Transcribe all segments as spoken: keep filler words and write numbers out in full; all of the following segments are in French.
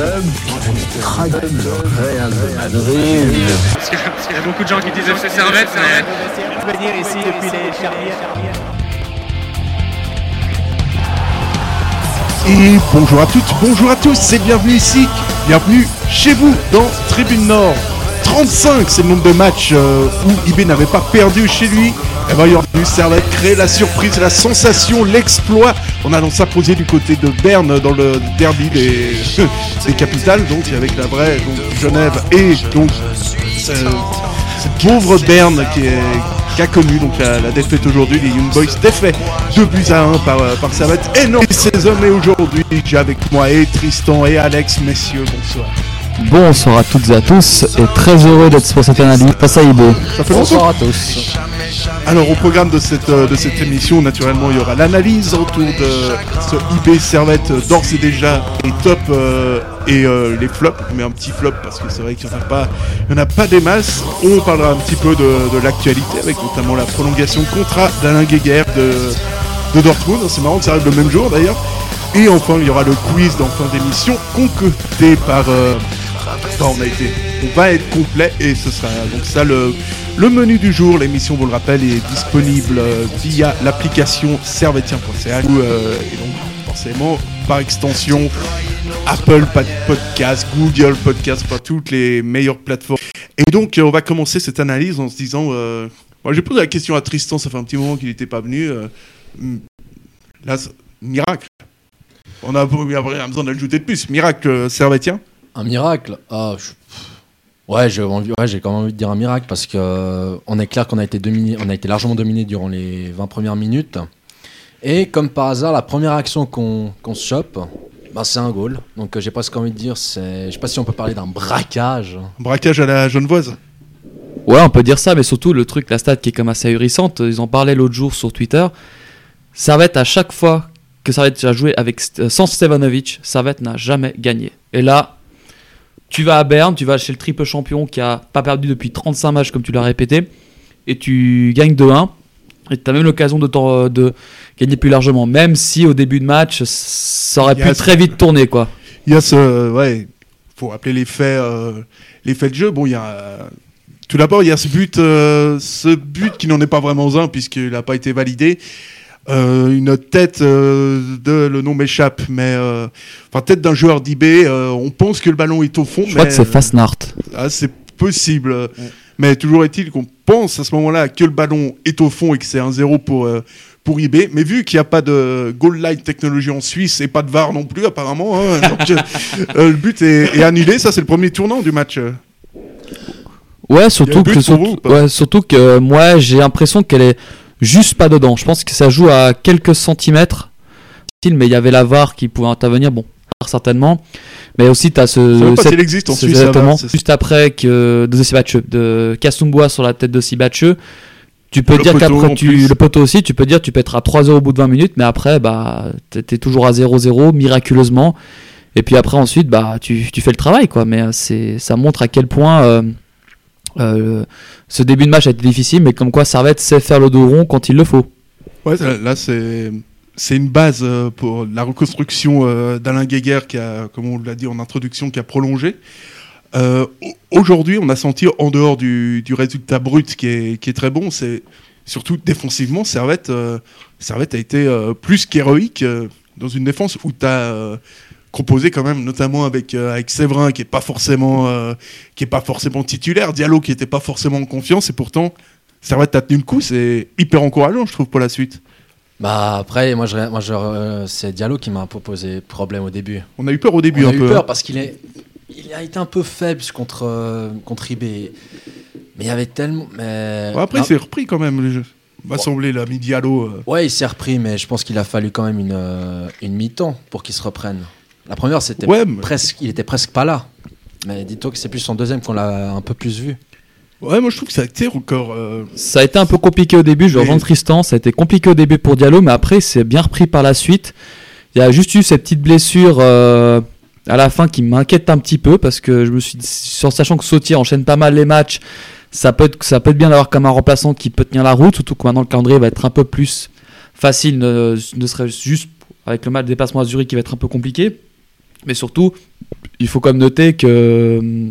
club qui traque le Real de Madrid. Parce qu'il y a beaucoup de gens qui disent F C Servette, mais... venir ici depuis les charnières. Et bonjour à toutes, bonjour à tous et bienvenue ici, bienvenue chez vous dans Tribune Nord. trente-cinq, c'est le nombre de matchs euh, où I B n'avait pas perdu chez lui. Et ben, il y aura du Servette créer la surprise, la sensation, l'exploit. On a donc s'imposer du côté de Berne dans le derby des, des capitales, donc avec la vraie donc, Genève et donc euh, cette pauvre Berne qui, est, qui a connu donc la, la défaite aujourd'hui, les Young Boys défaits deux buts à un par, par Servette. Énorme saison et aujourd'hui j'ai avec moi et Tristan et Alex, messieurs, bonsoir. Bonsoir à toutes et à tous et très heureux d'être pour cette analyse face à I B. Ça fait bonsoir à tous. Alors au programme de cette, de cette émission, naturellement il y aura l'analyse autour de ce I B Servette d'ores et déjà les tops euh, et euh, les flops, mais un petit flop parce que c'est vrai qu'il n'y en a pas, il y en a pas des masses. On parlera un petit peu de, de l'actualité avec notamment la prolongation de contrat d'Alain Guéguer de, de Dortmund. C'est marrant que ça arrive le même jour d'ailleurs. Et enfin il y aura le quiz d'en fin d'émission concocté par... Euh, Enfin, on a été, on va être complet et ce sera donc ça le, le menu du jour. L'émission, vous le rappelle, est disponible euh, via l'application servetien point c h euh, et donc forcément par extension Apple Podcast, Google Podcast, enfin toutes les meilleures plateformes. Et donc on va commencer cette analyse en se disant, euh, moi j'ai posé la question à Tristan, ça fait un petit moment qu'il n'était pas venu. Euh, là, miracle. On a, on a besoin d'ajouter de plus. Miracle euh, servetien. Un miracle ah, je... ouais, j'ai envie... ouais, j'ai quand même envie de dire un miracle parce qu'on euh, est clair qu'on a été, dominé... on a été largement dominé durant les vingt premières minutes. Et comme par hasard, la première action qu'on, qu'on se chope, bah, c'est un goal. Donc euh, j'ai presque envie de dire, c'est... je sais pas si on peut parler d'un braquage. Un braquage à la Genevoise. Ouais, on peut dire ça, mais surtout le truc, la stat qui est comme assez ahurissante, ils en parlaient l'autre jour sur Twitter. Servette, à chaque fois que Servette a joué avec, sans Stevanovic, Servette n'a jamais gagné. Et là, tu vas à Berne, tu vas chez le triple champion qui a pas perdu depuis trente-cinq matchs comme tu l'as répété, et tu gagnes deux un, et tu as même l'occasion de, de gagner plus largement, même si au début de match, ça aurait pu ce... très vite tourner, quoi. Il y a ce... Ouais, faut rappeler les faits, euh, les faits de jeu. Bon, il y a... Tout d'abord, il y a ce but, euh, ce but qui n'en est pas vraiment un, puisqu'il n'a pas été validé. Euh, une tête euh, de le nom m'échappe mais euh, enfin tête d'un joueur d'I B, euh, on pense que le ballon est au fond. Je mais, crois que c'est Fasnart. Ah, c'est possible. Ouais. Mais toujours est-il qu'on pense à ce moment-là que le ballon est au fond et que c'est un zéro pour euh, pour I B. Mais vu qu'il n'y a pas de goal line technologie en Suisse et pas de V A R non plus apparemment, hein, donc, euh, le but est, est annulé. Ça c'est le premier tournant du match. Ouais, surtout que surtout, vous, ouais, surtout que moi j'ai l'impression qu'elle est juste pas dedans. Je pense que ça joue à quelques centimètres. Mais il y avait la V A R qui pouvait intervenir. Bon, certainement. Mais aussi, tu as ce. Je sais pas s'il existe en Suisse. Exactement. Juste après que de Sibatcheux, de Kasumboa sur la tête de Sibatcheux. Tu peux le dire qu'après, tu, le poteau aussi, tu peux dire tu peux être à trois zéro au bout de vingt minutes. Mais après, bah, t'es toujours à zéro zéro, miraculeusement. Et puis après, ensuite, bah, tu, tu fais le travail, quoi. Mais c'est, ça montre à quel point. Euh, Euh, ce début de match a été difficile, mais comme quoi Servette sait faire le dos rond quand il le faut. Ouais, là c'est c'est une base pour la reconstruction d'Alain Guéguer qui a, comme on l'a dit en introduction, qui a prolongé. Euh, aujourd'hui, on a senti en dehors du, du résultat brut qui est qui est très bon, c'est surtout défensivement Servette euh, Servette a été euh, plus qu'héroïque euh, dans une défense où tu as euh, composé quand même, notamment avec euh, avec Séverin qui est pas forcément euh, qui est pas forcément titulaire, Diallo qui était pas forcément en confiance, et pourtant Servette a tenu le coup. C'est hyper encourageant, je trouve, pour la suite. Bah après, moi je, moi je, euh, c'est Diallo qui m'a un peu posé problème au début. On a eu peur au début. On un a eu peu, peur hein. parce qu'il est, il a été un peu faible contre euh, contre I B. Mais il y avait tellement. Mais... Ouais, après, non. Il s'est repris quand même. Le jeu. M'a semblé là, mis Diallo. Euh... Ouais, il s'est repris, mais je pense qu'il a fallu quand même une euh, une mi-temps pour qu'il se reprenne. La première, c'était ouais, mais... presque, il était presque pas là. Mais dis-toi que c'est plus son deuxième qu'on l'a un peu plus vu. Ouais, moi je trouve que ça a été encore. Euh... Ça a été un peu compliqué au début. Je rejoins Tristan. Ça a été compliqué au début pour Diallo, mais après c'est bien repris par la suite. Il y a juste eu cette petite blessure euh, à la fin qui m'inquiète un petit peu parce que je me suis dit, sachant que Sautier enchaîne pas mal les matchs, ça peut être, ça peut être bien d'avoir comme un remplaçant qui peut tenir la route, surtout que maintenant le calendrier va être un peu plus facile, ne, ne serait juste avec le match de déplacement à Zurich qui va être un peu compliqué. Mais surtout, il faut quand même noter que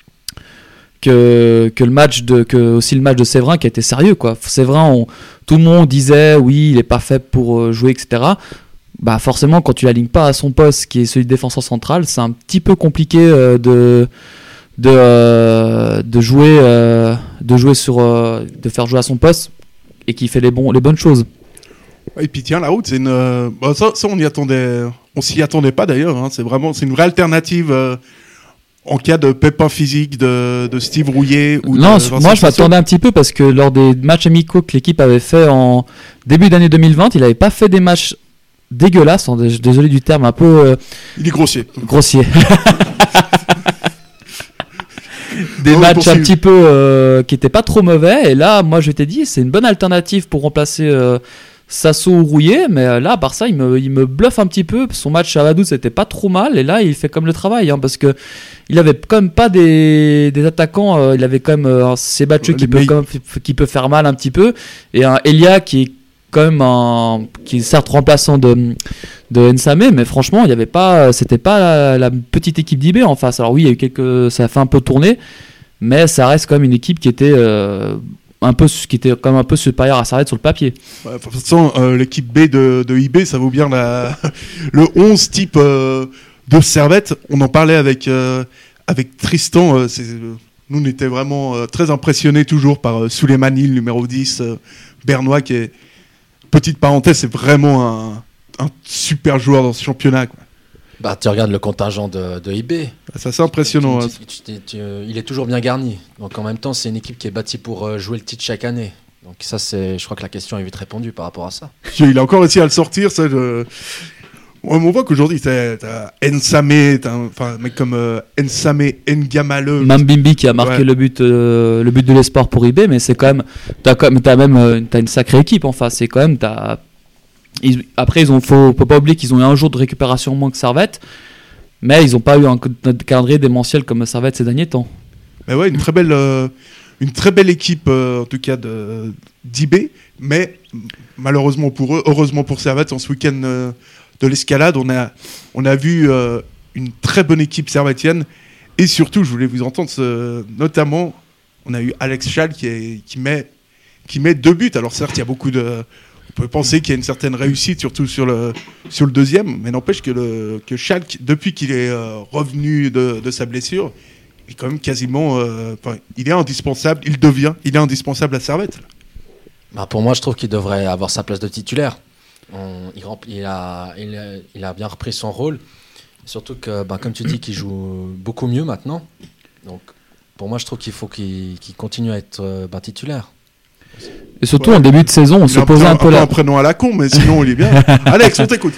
que que le match de que aussi le match de Séverin qui a été sérieux quoi. Séverin, on, tout le monde disait oui, il est pas fait pour jouer, et cetera. Bah forcément, quand tu l'alignes pas à son poste, qui est celui de défenseur central, c'est un petit peu compliqué euh, de de euh, de jouer euh, de jouer sur euh, de faire jouer à son poste et qui fait les bons les bonnes choses. Et puis tiens, la route, c'est une euh, bah, ça, ça on y attendait, on s'y attendait pas d'ailleurs. Hein, c'est vraiment c'est une vraie alternative. Euh, En cas de pépin physique de, de Steve Rouillet ou non, de moi je m'attendais un petit peu parce que lors des matchs amicaux que l'équipe avait fait en début d'année deux mille vingt, il n'avait pas fait des matchs dégueulasses, désolé du terme, un peu euh, il est grossier. Grossier. Des oh, matchs un poursuivre. petit peu euh, qui n'étaient pas trop mauvais, et là moi je t'ai dit c'est une bonne alternative pour remplacer euh, Sasso ou Rouillet, mais là, à part ça, il me, il me bluffe un petit peu. Son match à Vaduz, c'était pas trop mal, et là, il fait comme le travail, hein, parce que il avait quand même pas des, des attaquants. Euh, il avait quand même euh, un Sébatcheux qui peut, quand même, qui peut faire mal un petit peu, et un Elia qui est quand même un, qui est certes remplaçant de, de Nsame, mais franchement, il y avait pas, c'était pas la, la petite équipe d'I B en face. Alors oui, il y a eu quelques, ça a fait un peu tourner, mais ça reste quand même une équipe qui était euh, un peu, qui était quand même un peu supérieure à Servette sur le papier. Ouais, de toute façon, euh, l'équipe B de, de I B, ça vaut bien la, le onze type euh, de Servette. On en parlait avec, euh, avec Tristan. Euh, c'est, euh, nous, on était vraiment euh, très impressionnés toujours par euh, Souleymane Hill, numéro dix, euh, Bernois, qui est, petite parenthèse, c'est vraiment un, un super joueur dans ce championnat, quoi. Bah, tu regardes le contingent de, de I B. Ça, c'est impressionnant. Tu, tu, tu, tu, il est toujours bien garni. Donc en même temps, c'est une équipe qui est bâtie pour jouer le titre chaque année. Donc ça, c'est, je crois que la question est vite répondue par rapport à ça. Il a encore réussi à le sortir. Ça, je... On voit qu'aujourd'hui, t'as, t'as Nsame, t'as un, enfin, un mec comme euh, Nsame Ngamale. Mambimbi qui a marqué ouais. le, but, euh, le but de l'espoir pour I B, mais c'est quand même. T'as, quand même, t'as même euh, t'as une sacrée équipe en face. C'est quand même. T'as, Ils, après, il ne faut pas oublier qu'ils ont eu un jour de récupération moins que Servette, mais ils n'ont pas eu un calendrier démentiel comme Servette ces derniers temps. Mais ouais, une très belle, euh, une très belle équipe, euh, en tout cas de, d'I B, mais malheureusement pour eux, heureusement pour Servette, en ce week-end euh, de l'escalade, on a, on a vu euh, une très bonne équipe servettienne, et surtout, je voulais vous entendre, ce, notamment, on a eu Alex Schall qui, est, qui, met, qui met deux buts. Alors certes, il y a beaucoup de... On peut penser qu'il y a une certaine réussite, surtout sur le, sur le deuxième, mais n'empêche que, le, que Schalke, depuis qu'il est euh, revenu de, de sa blessure, est quand même quasiment... Euh, il est indispensable, il devient, il est indispensable à Servette. Bah pour moi, je trouve qu'il devrait avoir sa place de titulaire. On, il, il, a, il, a, il a bien repris son rôle, surtout que, bah, comme tu dis, qu'il joue beaucoup mieux maintenant. Donc, pour moi, je trouve qu'il faut qu'il, qu'il continue à être euh, bah, titulaire. Et surtout ouais. en début de saison, on se posait un, un peu là. Un prénom à la con, mais sinon il est bien. Alex, on t'écoute.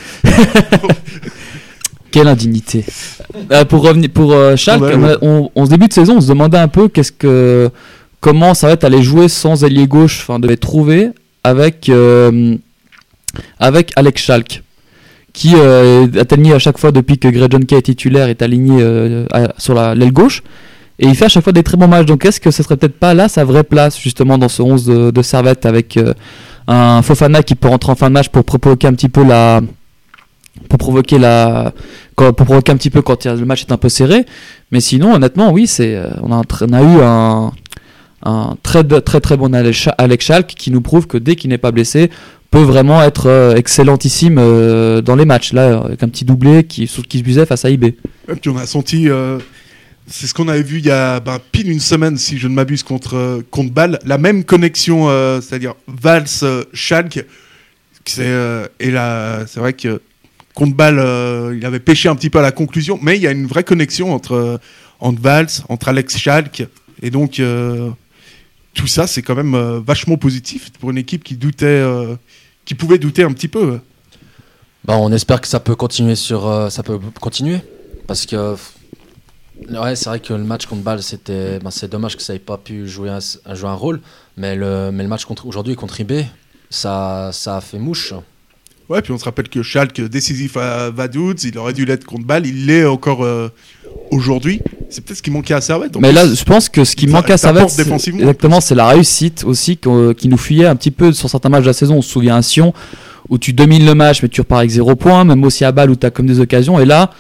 Quelle indignité. Euh, pour revenir pour euh, Schalke, ouais, ouais. on, on, en début de saison, on se demandait un peu qu'est-ce que, comment ça va être aller jouer sans ailier gauche, enfin devait trouver avec euh, avec Alex Schalke, qui euh, est aligné à chaque fois depuis que Greg Jonke est titulaire, est aligné euh, à, sur la, l'aile gauche. Et il fait à chaque fois des très bons matchs. Donc est-ce que ce serait peut-être pas là sa vraie place, justement, dans ce onze de, de Servette, avec euh, un Fofana qui peut rentrer en fin de match pour provoquer un petit peu la... Pour provoquer la... Pour provoquer un petit peu quand le match est un peu serré. Mais sinon, honnêtement, oui, c'est, on, a, on a eu un, un très, très très bon Alex Schalke qui nous prouve que dès qu'il n'est pas blessé, peut vraiment être euh, excellentissime euh, dans les matchs. Là, avec un petit doublé qui, qui se busait face à I B. Et puis on a senti... Euh... C'est ce qu'on avait vu il y a ben, pile une semaine, si je ne m'abuse, contre, euh, contre Bâle. La même connexion, euh, c'est-à-dire Valls-Schalke. Euh, c'est, euh, et là, c'est vrai que contre Bâle, euh, il avait pêché un petit peu à la conclusion. Mais il y a une vraie connexion entre, euh, entre Valls, entre Alex Schalke. Et donc, euh, tout ça, c'est quand même euh, vachement positif pour une équipe qui doutait, euh, qui pouvait douter un petit peu. Bah, on espère que ça peut continuer sur, euh, ça peut continuer. Parce que... Ouais, c'est vrai que le match contre Bâle, c'était, ben c'est dommage que ça n'ait pas pu jouer un, jouer un rôle, mais le, mais le match contre, aujourd'hui contre I B, ça, ça a fait mouche. Ouais, puis on se rappelle que Schalke, décisif à Vaduz, il aurait dû l'être contre Bâle, il l'est encore euh, aujourd'hui. C'est peut-être ce qui manquait à Servette. Mais là, je pense que ce qui manquait à Servette, c'est, exactement, c'est la réussite aussi qui nous fuyait un petit peu sur certains matchs de la saison. On se souvient à Sion, où tu domines le match, mais tu repars avec zéro point, même aussi à Bâle, où tu as comme des occasions, et là...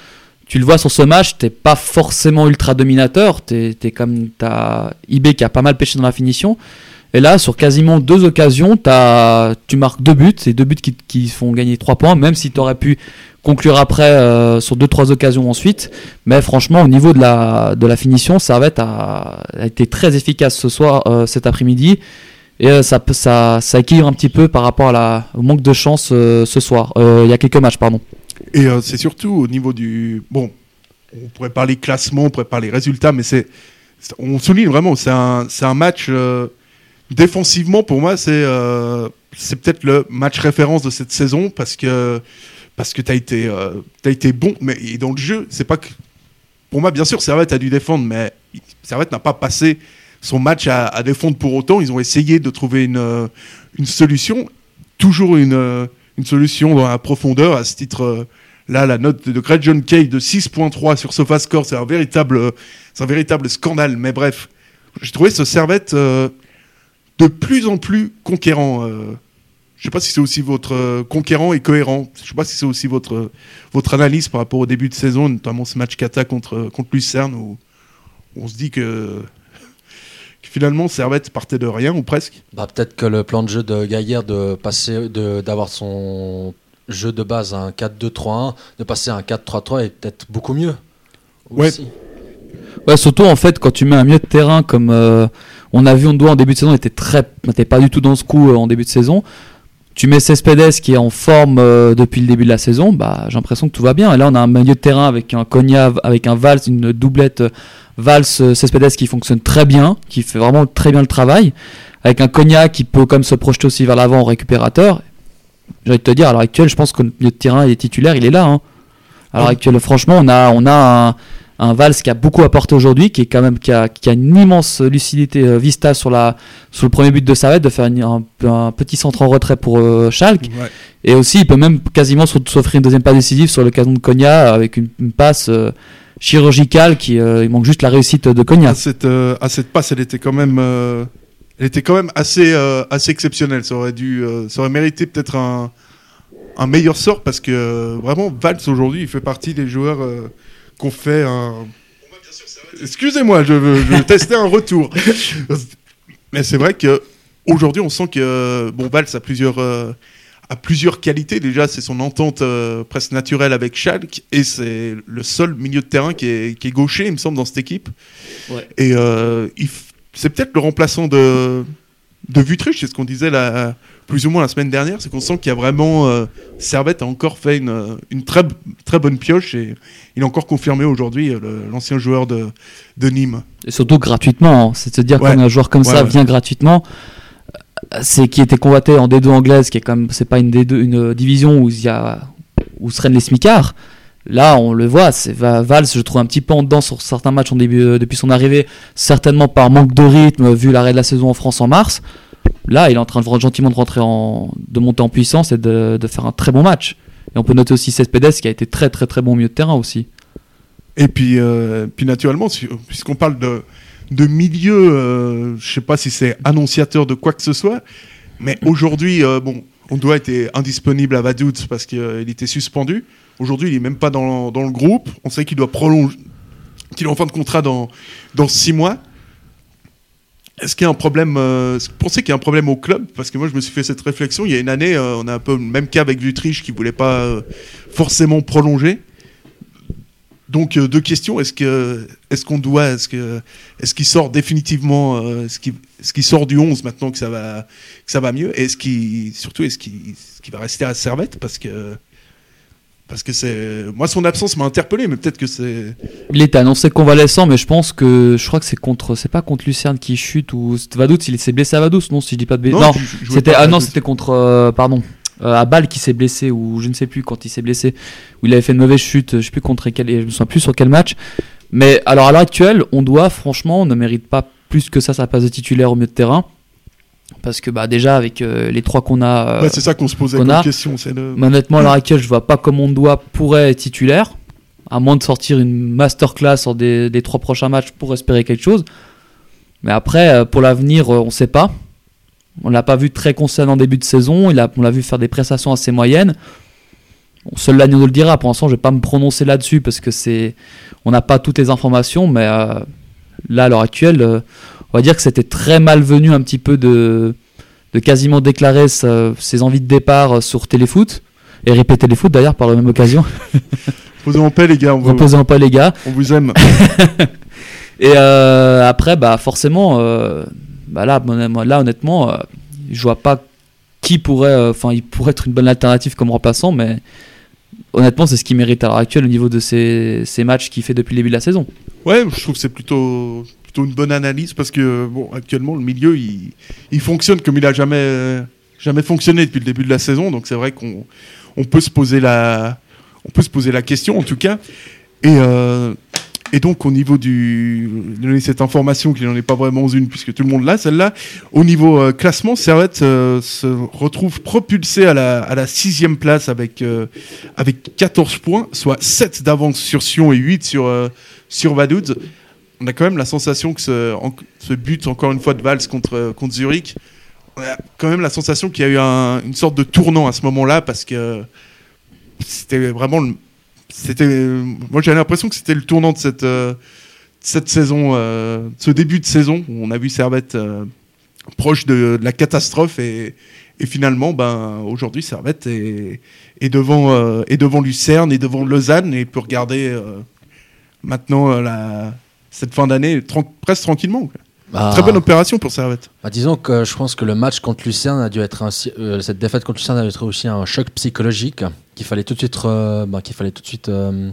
tu le vois sur ce match, t'es pas forcément ultra dominateur. T'es, t'es comme t'as I B qui a pas mal pêché dans la finition. Et là, sur quasiment deux occasions, t'as, tu marques deux buts. C'est deux buts qui, qui font gagner trois points, même si t'aurais pu conclure après euh, sur deux trois occasions ensuite. Mais franchement, au niveau de la de la finition, Servette a, a été très efficace ce soir, euh, cet après-midi. Et euh, ça, ça, ça équilibre un petit peu par rapport à la, au manque de chance euh, ce soir. Euh, il y a quelques matchs, pardon. Et euh, c'est surtout au niveau du... Bon, on pourrait parler classement, on pourrait parler résultats, mais c'est... c'est on souligne vraiment, c'est un, c'est un match... Euh, défensivement, pour moi, c'est, euh, c'est peut-être le match référence de cette saison, parce que, parce que tu as été, euh, t'as été bon, mais et dans le jeu, c'est pas que... Pour moi, bien sûr, Servette a dû défendre, mais Servette n'a pas passé son match à, à défendre pour autant. Ils ont essayé de trouver une, euh, une solution, toujours une... Euh, une solution dans la profondeur. À ce titre, euh, là, la note de Greg John Kay de six virgule trois sur SofaScore, c'est un véritable, euh, c'est un véritable scandale. Mais bref, j'ai trouvé ce Servette euh, de plus en plus conquérant. Euh, je ne sais pas si c'est aussi votre euh, conquérant et cohérent. Je ne sais pas si c'est aussi votre, euh, votre analyse par rapport au début de saison, notamment ce match Kata contre, contre Lucerne, où, où on se dit que... Finalement, Servette partait de rien, ou presque. Bah, peut-être que le plan de jeu de Gaillard de passer, de, d'avoir son jeu de base à un quatre deux trois un, de passer à un quatre trois trois est peut-être beaucoup mieux. Ouais. Aussi. Ouais, surtout en fait, quand tu mets un milieu de terrain comme euh, on a vu Ondoa en début de saison, était très, n'était pas du tout dans ce coup euh, en début de saison. Tu mets Cespedes qui est en forme euh, depuis le début de la saison, bah, j'ai l'impression que tout va bien. Et là, on a un milieu de terrain avec un Cogna, avec un Valls, une doublette euh, Valls-Cespedes qui fonctionne très bien, qui fait vraiment très bien le travail, avec un Cogna qui peut comme se projeter aussi vers l'avant en récupérateur. J'ai envie de te dire, à l'heure actuelle, je pense que le milieu de terrain il est titulaire, il est là. Hein. À l'heure actuelle, franchement, on a, on a un, un Valls qui a beaucoup apporté aujourd'hui, qui est quand même qui a, qui a une immense lucidité euh, vista sur la sur le premier but de Servette, de faire une, un, un petit centre en retrait pour euh, Schalke. Ouais. Et aussi, il peut même quasiment s'offrir une deuxième passe décisive sur l'occasion de Cogna avec une, une passe euh, chirurgicale qui euh, il manque juste la réussite de Cogna. À cette, euh, à cette passe, elle était quand même, euh, elle était quand même assez, euh, assez exceptionnelle. Ça aurait dû, euh, ça aurait mérité peut-être un, un meilleur sort parce que euh, vraiment Valls aujourd'hui, il fait partie des joueurs euh, qu'on fait un. Excusez-moi, je veux, je veux tester un retour. Mais c'est vrai que aujourd'hui, on sent que bon Valls a plusieurs. Euh, a plusieurs qualités. Déjà, c'est son entente euh, presque naturelle avec Schalke et c'est le seul milieu de terrain qui est, qui est gaucher, il me semble, dans cette équipe. Ouais. Et euh, il f... c'est peut-être le remplaçant de, de Wüthrich, c'est ce qu'on disait là, plus ou moins la semaine dernière, c'est qu'on sent qu'il y a vraiment... Euh, Servette a encore fait une, une très, très bonne pioche et il a encore confirmé aujourd'hui le, l'ancien joueur de, de Nîmes. Et surtout gratuitement, hein. C'est-à-dire ouais. Quand un joueur comme ouais, ça ouais. vient gratuitement... C'est qui était convoité en D deux anglaise, qui est comme c'est pas une D deux, une division où il y a où se règnent les smicards. Là, on le voit, c'est Valls, je trouve un petit peu en dedans sur certains matchs en début, euh, depuis son arrivée, certainement par manque de rythme vu l'arrêt de la saison en France en mars. Là, il est en train de gentiment de rentrer en de monter en puissance et de, de faire un très bon match. Et on peut noter aussi Cespedes qui a été très très très bon au milieu de terrain aussi. Et puis euh, puis naturellement, puisqu'on parle de de milieu, euh, je sais pas si c'est annonciateur de quoi que ce soit, mais aujourd'hui, euh, bon, Ondoa était indisponible à Vaduz parce qu'il euh, était suspendu. Aujourd'hui, il est même pas dans, dans le groupe. On sait qu'il doit prolonger, qu'il est en fin de contrat dans, dans six mois. Est-ce qu'il y a un problème euh, est-ce que vous pensez qu'il y a un problème au club ? Parce que moi, je me suis fait cette réflexion. Il y a une année, euh, on a un peu le même cas avec Wüthrich qui voulait pas euh, forcément prolonger. Donc euh, deux questions, est-ce que est-ce qu'on doit est-ce que est-ce qu'il sort définitivement euh, est-ce qu'il est-ce qu'il sort du onze maintenant que ça va que ça va mieux et est-ce qu'il surtout est-ce qu'il, est-ce qu'il va rester à Servette parce que parce que c'est moi son absence m'a interpellé mais peut-être que c'est il était annoncé convalescent mais je pense que je crois que c'est contre c'est pas contre Lucerne qui chute ou c'était Vaduz, il s'est blessé à Vaduz non si je dis pas de bêtises. Non, non je, je c'était ah non c'était contre euh, pardon Euh, à Bâle qui s'est blessé ou je ne sais plus quand il s'est blessé où il avait fait une mauvaise chute, je sais plus contre quel, je me souviens plus sur quel match. Mais alors à l'heure actuelle, on doit franchement, on ne mérite pas plus que ça sa place de titulaire au milieu de terrain parce que bah déjà avec euh, les trois qu'on a, euh, ouais, c'est ça qu'on se posait comme a, question. C'est le... Honnêtement à l'heure actuelle, je vois pas comment on doit pourrait être titulaire à moins de sortir une masterclass en des, des trois prochains matchs pour espérer quelque chose. Mais après euh, pour l'avenir, euh, on sait pas. On l'a pas vu très constant en début de saison. Il a, on l'a vu faire des prestations assez moyennes. seul l'agneau nous le dira. Pour l'instant, je vais pas me prononcer là-dessus parce que c'est, on n'a pas toutes les informations, mais euh, là, à l'heure actuelle, euh, on va dire que c'était très malvenu un petit peu de, de quasiment déclarer sa, ses envies de départ sur Téléfoot et répéter Téléfoot d'ailleurs par la même occasion. Reposez en paix les gars. On vous, Reposez en paix les gars. On vous aime. Et euh, après, bah forcément, euh, bah là, là honnêtement, euh, je vois pas qui pourrait, enfin, euh, il pourrait être une bonne alternative comme remplaçant, mais honnêtement, c'est ce qu'il mérite à l'heure actuelle au niveau de ces, ces matchs qu'il fait depuis le début de la saison. Ouais, je trouve que c'est plutôt, plutôt une bonne analyse parce que bon, actuellement, le milieu, il, il fonctionne comme il a jamais, jamais fonctionné depuis le début de la saison, donc c'est vrai qu'on on peut se poser la, on peut se poser la question en tout cas. Et euh, Et donc, au niveau du... donner cette information qu'il n'en est pas vraiment une, puisque tout le monde l'a, celle-là, au niveau euh, classement, Servette euh, se retrouve propulsé à la, à la sixième place avec, euh, avec quatorze points, soit sept d'avance sur Sion et huit sur, euh, sur Vaduz. On a quand même la sensation que ce, en, ce but, encore une fois, de Valls contre, contre Zurich, on a quand même la sensation qu'il y a eu un, une sorte de tournant à ce moment-là, parce que c'était vraiment... Le, C'était, moi j'avais l'impression que c'était le tournant de cette, euh, cette saison, euh, ce début de saison où on a vu Servette euh, proche de, de la catastrophe et, et finalement ben, aujourd'hui Servette est, est, devant, euh, est devant Lucerne et devant Lausanne et peut regarder euh, maintenant euh, la, cette fin d'année tran- presque tranquillement. Quoi. Bah, Très bonne opération pour Servette. Bah, disons que je pense que le match contre Lucerne a dû être un, euh, cette défaite contre Lucerne a dû être aussi un choc psychologique qu'il fallait tout de suite, euh, bah, qu'il fallait tout de suite, euh,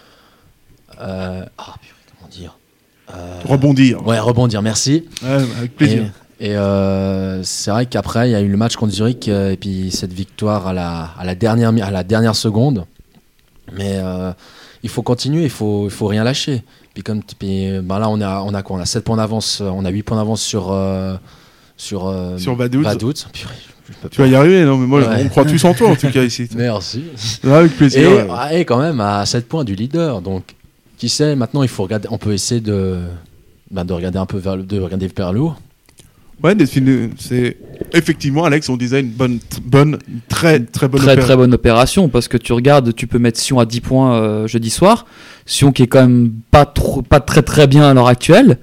euh, ah, comment dire, euh, rebondir. Ouais, rebondir. Merci. Ouais, avec plaisir. Et, et euh, c'est vrai qu'après il y a eu le match contre Zurich euh, et puis cette victoire à la, à la dernière, à la dernière seconde. Mais euh, il faut continuer, il faut, il faut rien lâcher. Puis comme puis, ben là on a on a quoi on a sept points d'avance, on a huit points d'avance sur euh, sur euh, sur Vaduz. Vaduz. Tu vas y arriver, non mais moi ouais. on croit tous en toi en tout cas ici. Merci. Ouais, avec plaisir. Et, ouais. et quand même à sept points du leader. Donc qui sait, maintenant il faut regarder, on peut essayer de ben, de regarder un peu vers le de regarder vers le haut. Ouais, c'est effectivement, Alex, on disait une bonne, bonne, une très, très bonne très, opération. très bonne opération parce que tu regardes, tu peux mettre Sion à dix points euh, jeudi soir. Sion qui est quand même pas, trop, pas très très bien à l'heure actuelle.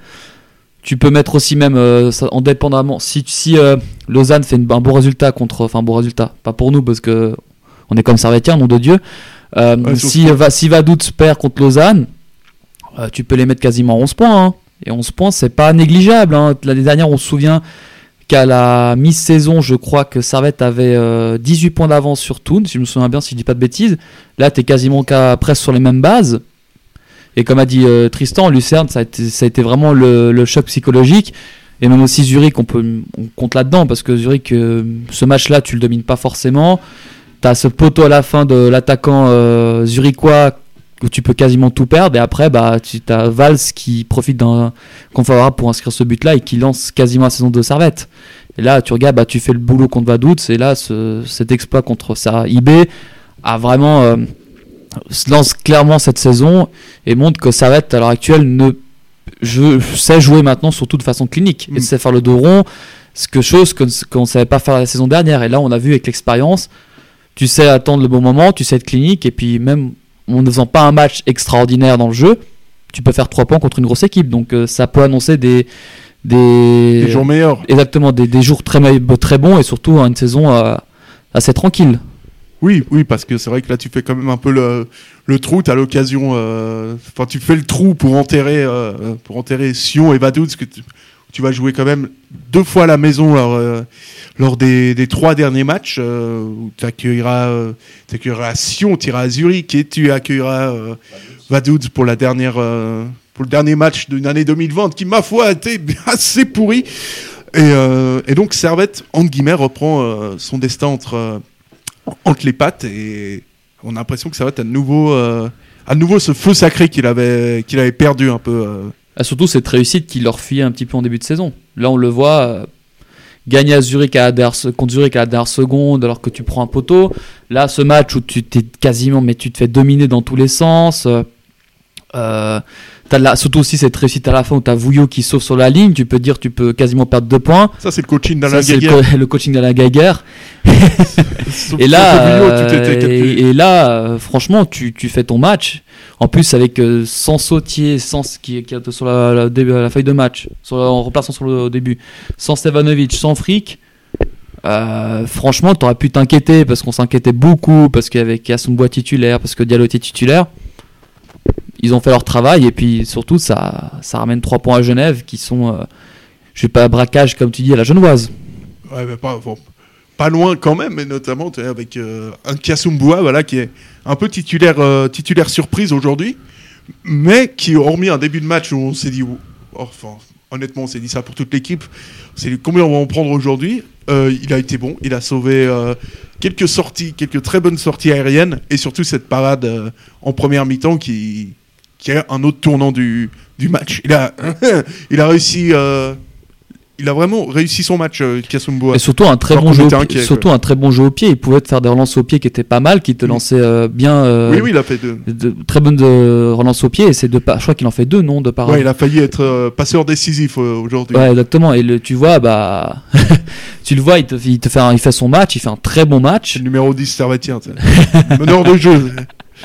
Tu peux mettre aussi même, euh, ça, en dépendamment, si, si euh, Lausanne fait une, un bon résultat contre, enfin bon résultat, pas pour nous parce que on est comme Servetien, nom de Dieu. Euh, ouais, si, va, si Vaduz perd contre Lausanne, euh, tu peux les mettre quasiment onze points. Hein. Et onze points, c'est pas négligeable. Hein. L'année dernière, on se souvient qu'à la mi-saison, je crois que Servette avait euh, dix-huit points d'avance sur Thun, si je me souviens bien, si je dis pas de bêtises. Là, tu es quasiment qu'à, presque sur les mêmes bases. Et comme a dit euh, Tristan, Lucerne, ça a été, ça a été vraiment le, le choc psychologique. Et même aussi Zurich, on, peut, on compte là-dedans, parce que Zurich, euh, ce match-là, tu le domines pas forcément. Tu as ce poteau à la fin de l'attaquant euh, zurichois où tu peux quasiment tout perdre, et après bah, tu as Valls qui profite d'un compte favorable pour inscrire ce but là et qui lance quasiment la saison de Servette. Et là tu regardes, bah, tu fais le boulot contre Vaduz, et là ce, cet exploit contre ça, I B a vraiment euh, se lance clairement cette saison et montre que Servette à l'heure actuelle ne je, sait jouer maintenant surtout de façon clinique mmh. et sait faire le dos rond, ce que chose que, qu'on ne savait pas faire la saison dernière. Et là on a vu avec l'expérience, tu sais attendre le bon moment, tu sais être clinique, et puis même en ne faisant pas un match extraordinaire dans le jeu, tu peux faire trois points contre une grosse équipe. Donc euh, ça peut annoncer des, des... des jours meilleurs. Exactement, des, des jours très, très bons et surtout une saison euh, assez tranquille. Oui, oui, parce que c'est vrai que là tu fais quand même un peu le, le trou, tu as l'occasion, enfin euh, tu fais le trou pour enterrer, euh, pour enterrer Sion et Vaduz, que tu, tu vas jouer quand même deux fois à la maison lors, euh, lors des, des trois derniers matchs, euh, où tu accueilleras, euh, tu accueilleras Sion, tu iras à Zurich et tu accueilleras euh, Vaduz pour, la dernière, euh, pour le dernier match d'une année deux mille vingt qui, ma foi, a été assez pourri. Et, euh, et donc Servette, entre guillemets, reprend euh, son destin entre, euh, entre les pattes, et on a l'impression que Servette a de nouveau, euh, à nouveau ce feu sacré qu'il avait, qu'il avait perdu un peu. Euh, Ah, surtout cette réussite qui leur fit un petit peu en début de saison. Là, on le voit euh, gagner à Zurich à la dernière, contre Zurich à la dernière seconde alors que tu prends un poteau. Là, ce match où tu t'es quasiment, mais tu te fais dominer dans tous les sens. Euh, Euh, t'as de la, surtout aussi cette réussite à la fin où t'as Vouillot qui sauve sur la ligne, tu peux dire tu peux quasiment perdre deux points. Ça c'est le coaching d'Alain Ça, c'est Geiger. le, co- le coaching d'Alain Geiger. Sauf et que là, Vouillot, euh, tout était calculé. et, et là, euh, franchement, tu, tu fais ton match. En plus, avec euh, sans Sautier, sans qui, qui est sur la, la, début- la feuille de match, sur la- en remplaçant sur le au début, sans Stevanovic, sans Frick. Euh, franchement, t'aurais pu t'inquiéter parce qu'on s'inquiétait beaucoup parce qu'il y avait Kassumbois titulaire, parce que Diallo était titulaire. Ils ont fait leur travail et puis surtout, ça, ça ramène trois points à Genève qui sont, euh, je sais pas, braquage comme tu dis à la Genevoise. Ouais, mais pas, bon, pas loin quand même, mais notamment tu sais, avec euh, un Kassumbois, voilà, qui est un peu titulaire, euh, titulaire surprise aujourd'hui, mais qui, hormis un début de match où on s'est dit, oh, enfin, honnêtement, on s'est dit ça pour toute l'équipe, c'est combien on va en prendre aujourd'hui. Euh, il a été bon, il a sauvé euh, quelques sorties, quelques très bonnes sorties aériennes, et surtout cette parade euh, en première mi-temps qui, qui est un autre tournant du, du match. Il a, il a réussi. Euh, Il a vraiment réussi son match, euh, Kassumbois. Et surtout un très Alors bon qu'on jeu, au était pied, inquiet, surtout quoi. un très bon jeu au pied. Il pouvait te faire des relances au pied qui étaient pas mal, qui te Mm. lançaient euh, bien. euh, Oui, oui, il a fait deux. de très bonnes de relances au pied. Et c'est deux pa- je crois qu'il en fait deux, non, de parade. Ouais, il a failli être euh, passeur décisif euh, aujourd'hui. Ouais, exactement. Et le, tu vois, bah, tu le vois, il te, il te fait, un- il fait son match, il fait un très bon match. C'est le numéro dix servétien, tu sais. Meneur de jeu.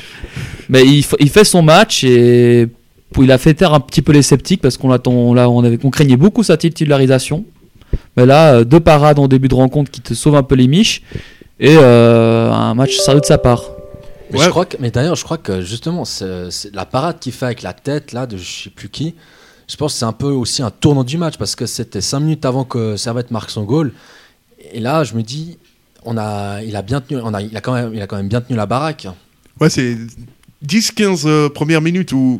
Mais il, f- il fait son match et il a fait taire un petit peu les sceptiques parce qu'on l'attend, là, on avait, on craignait beaucoup sa titularisation. Mais là, euh, deux parades en début de rencontre qui te sauvent un peu les miches et euh, un match sérieux de sa part. Mais, Ouais. je crois que, mais d'ailleurs, je crois que justement, c'est, c'est la parade qu'il fait avec la tête là, de je sais plus qui, je pense que c'est un peu aussi un tournant du match parce que c'était cinq minutes avant que Servette marque son goal. Et là, je me dis, on a, il, a bien tenu, on a, il, a quand même, il a quand même bien tenu la baraque. Ouais, c'est dix quinze euh, premières minutes où,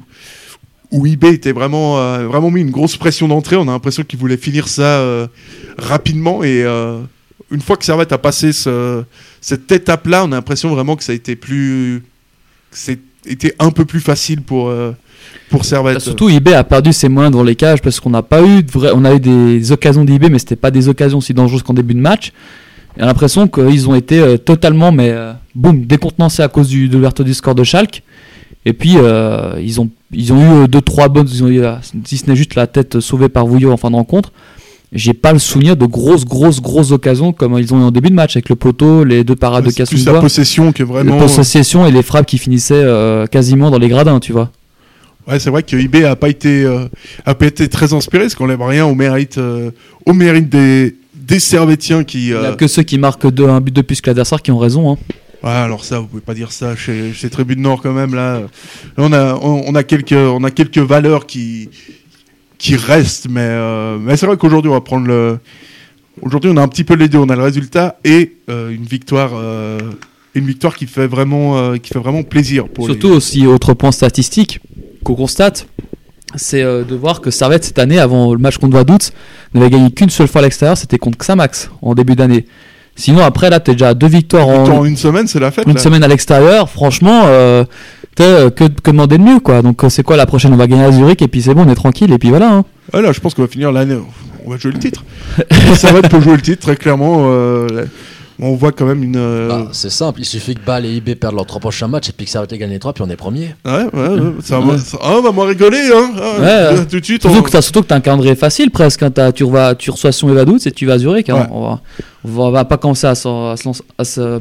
où I B était vraiment, euh, vraiment mis une grosse pression d'entrée. On a l'impression qu'il voulait finir ça euh, rapidement. Et euh, une fois que Servette a passé ce, cette étape-là, on a l'impression vraiment que ça a été plus. Que c'était un peu plus facile pour, euh, pour Servette. Surtout, I B a perdu ses moyens devant les cages parce qu'on n'a pas eu de vrai, on a eu des occasions d'I B, mais c'était pas des occasions si dangereuses qu'en début de match. J'ai l'impression qu'ils ont été euh, totalement, mais euh, boum, décontenancés à cause du, de l'ouverture du score de Schalke. Et puis euh, ils ont ils ont eu euh, deux trois bonnes, ils ont eu, euh, si ce n'est juste la tête sauvée par Vouillot en fin de rencontre. J'ai pas le souvenir de grosses grosses grosses occasions comme ils ont eu en début de match avec le poteau, les deux parades Ouais, de c'est plus la Kassumbois, possession que vraiment. la possession et les frappes qui finissaient euh, quasiment dans les gradins, tu vois. Ouais, c'est vrai que I B a pas été, euh, a pas été très inspiré, parce qu'on n'aime rien au mérite, euh, au mérite des, des Servettiens qui. Il Euh... n'y a que ceux qui marquent deux, un but de plus que l'adversaire qui ont raison. Hein. Ouais, alors ça, vous pouvez pas dire ça chez, chez Tribune Nord quand même là. Là, on a, on, on a quelques, on a quelques valeurs qui, qui restent, mais, euh, mais c'est vrai qu'aujourd'hui on va prendre le. Aujourd'hui, on a un petit peu les deux. On a le résultat et euh, une victoire, euh, une victoire qui fait vraiment, euh, qui fait vraiment plaisir pour Surtout les... aussi, autre point statistique qu'on constate, c'est euh, de voir que Servette cette année, avant le match contre Vaduz, n'avait gagné qu'une seule fois à l'extérieur, c'était contre Xamax en début d'année. Sinon, après, là, t'es déjà à deux victoires en, en une semaine, c'est la fête. une là. semaine à l'extérieur. Franchement, euh, t'es, euh, que, que demander de mieux, quoi. Donc, euh, c'est quoi la prochaine? On va gagner à Zurich et puis c'est bon, on est tranquille et puis voilà. Hein. Ouais, là, je pense qu'on va finir l'année. On va jouer le titre. Servette peut jouer le titre, très clairement. Euh, on voit quand même une. Euh... Bah, c'est simple, il suffit que Bâle et I B perdent leurs trois prochains matchs et puis que Servette gagne les trois, puis on est premier. Ouais, ouais, ouais. Ça, Ouais. va, ça ah, on va m'en rigoler, hein. Ah, Ouais, euh, ouais. tout de suite. Surtout on- que t'as surtout que t'as un calendrier facile presque. Hein. T'as- tu, vas, tu reçois Sion et Vaduz et tu vas à Zurich. Hein. Ouais. On, va, on, va, on va pas commencer à, s'en- à se lancer- à se.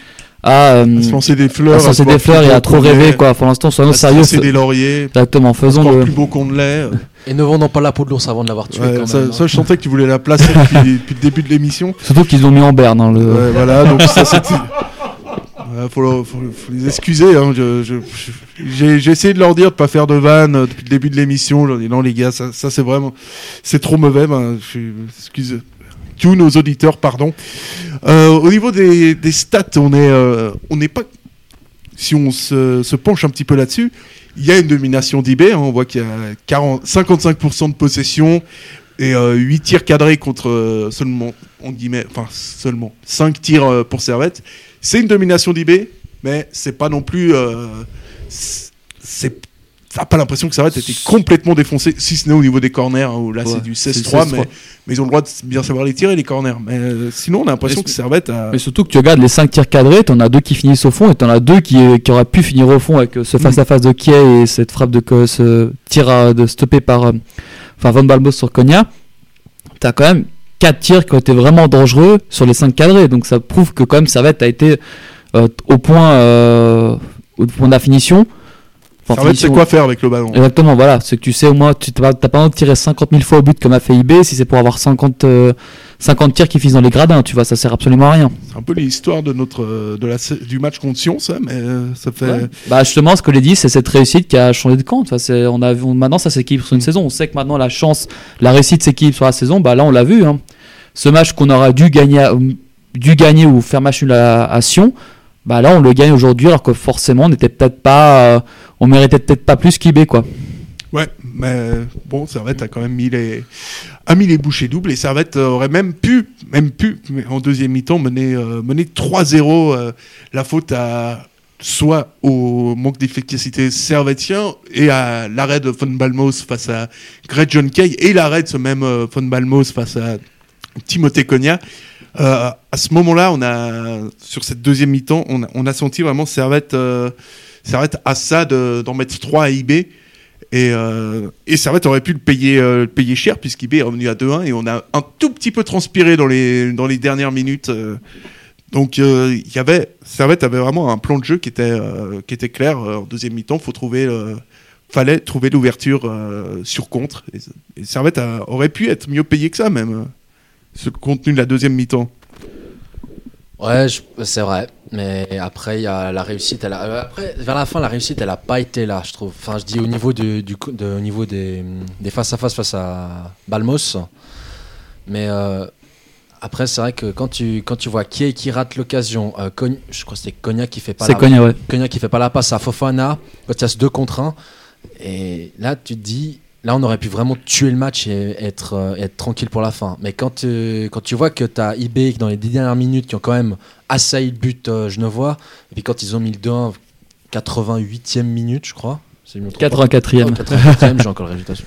À, euh, à se lancer des à fleurs. se lancer se voir des fleurs plus et beau à trop qu'on rêver, l'est, quoi. Pour l'instant, soyons à se sérieux. lancer fa- des lauriers. Exactement, faisons Encore le. plus beau qu'on ne l'est. Et ne vendons pas la peau de l'ours avant de l'avoir tué. Ouais, quand ça, même, ça, hein. je sentais que tu voulais la placer depuis, depuis le début de l'émission. Surtout qu'ils ont mis en berne. Hein, le... Ouais, voilà, donc ça c'était. Ouais, faut, le- faut, le- faut les excuser. Hein. Je, je- je- j'ai, j'ai essayé de leur dire de pas faire de vannes euh, depuis le début de l'émission. Je leur dis non les gars, ça, ça c'est vraiment, c'est trop mauvais. Ben, je suis- excuse tous nos auditeurs, pardon. Euh, au niveau des, des stats, on est, euh, on n'est pas. Si on se, se penche un petit peu là-dessus, il y a une domination d'I B. Hein. On voit qu'il y a quarante, cinquante-cinq pour cent de possession et euh, huit tirs cadrés contre euh, seulement, on guillemets, enfin seulement cinq tirs euh, pour Servette. C'est une domination d'I B, mais c'est pas non plus. Euh, c'est, t'as pas l'impression que Servette était complètement défoncé, si ce n'est au niveau des corners, hein, où là Ouais, c'est du c'est seize trois, seize mais, trois. mais ils ont le droit de bien savoir les tirer, les corners. Mais euh, sinon, on a l'impression Mais que Servette a. Mais surtout que tu regardes les cinq tirs cadrés, t'en as deux qui finissent au fond et t'en as deux qui, qui auraient pu finir au fond avec euh, ce face-à-face de Kiei et cette frappe de co- ce tir à- de stoppé par euh, enfin Von Balmos sur Konya. T'as quand même quatre tirs qui ont été vraiment dangereux sur les cinq cadrés, donc ça prouve que quand même Servette a été euh, au point euh, au point de la finition. Enfin, Servette sait finition- quoi faire avec le ballon. Exactement, voilà, c'est que tu sais au moins, tu t'as t'as pas besoin de tirer cinquante mille fois au but comme a fait I B, si c'est pour avoir cinquante, euh, cinquante tirs qui finissent dans les gradins, tu vois, ça sert absolument à rien. C'est un peu l'histoire de notre, euh, de la, du match contre Sion, ça, mais euh, ça fait. Ouais. Bah justement, ce que j'ai dit, c'est cette réussite qui a changé de camp. Enfin, c'est, on a vu, on- maintenant, ça s'équilibre sur une saison. On sait que maintenant, la chance, la réussite s'équilibre sur la saison. Bah là, on l'a vu. Hein. Ce match qu'on aurait dû gagner, à- dû gagner ou faire match nul à, à Sion, bah là, on le gagne aujourd'hui, alors que forcément, on n'était peut-être pas, euh, on méritait peut-être pas plus qu'I B, quoi. Ouais, mais bon, Servette a quand même mis les, a mis les bouchées doubles et Servette aurait même pu, même pu, mais en deuxième mi-temps, mener, euh, mener trois zéro. Euh, la faute à soit au manque d'efficacité servettien et à l'arrêt de Von Balmos face à Greg John Kay et l'arrêt de ce même euh, Von Balmos face à Timothée Konya. Euh, à ce moment-là, on a, sur cette deuxième mi-temps, on a, on a senti vraiment Servette, euh, Servette à ça de, d'en mettre trois à I B. Et, euh, et Servette aurait pu le payer, euh, le payer cher puisqu'I B est revenu à deux un et on a un tout petit peu transpiré dans les, dans les dernières minutes. Euh, donc euh, il y avait, Servette avait vraiment un plan de jeu qui était, euh, qui était clair. Euh, en deuxième mi-temps, faut trouver, euh, fallait trouver l'ouverture euh, sur contre. Et, et Servette a, aurait pu être mieux payé que ça même, euh, ce contenu de la deuxième mi-temps. Ouais, je- c'est vrai. Mais après, il y a la réussite. Elle a- euh, après, vers la fin, la réussite, elle a pas été là, je trouve. Enfin, je dis au niveau, du, du, co- de, au niveau des, des face-à-face face à Balmos. Mais euh, après, c'est vrai que quand tu, quand tu vois qui est qui rate l'occasion, euh, Cogn- je crois que c'était Konya qui fait pas C'est la Konya, ouais. Konya qui fait pas la passe à Fofana, quand il y a ce deux contre un. Et là, tu te dis, là, on aurait pu vraiment tuer le match et être, euh, être tranquille pour la fin. Mais quand, euh, quand tu vois que tu as I B dans les dix dernières minutes qui ont quand même assailli le but euh, genevois, et puis quand ils ont mis le deux un, quatre-vingt-huitième minute, je crois. Si je me trompe pas. quatre-vingt-quatrième. Oh, quatre-vingt-quatrième, j'ai encore le résultat.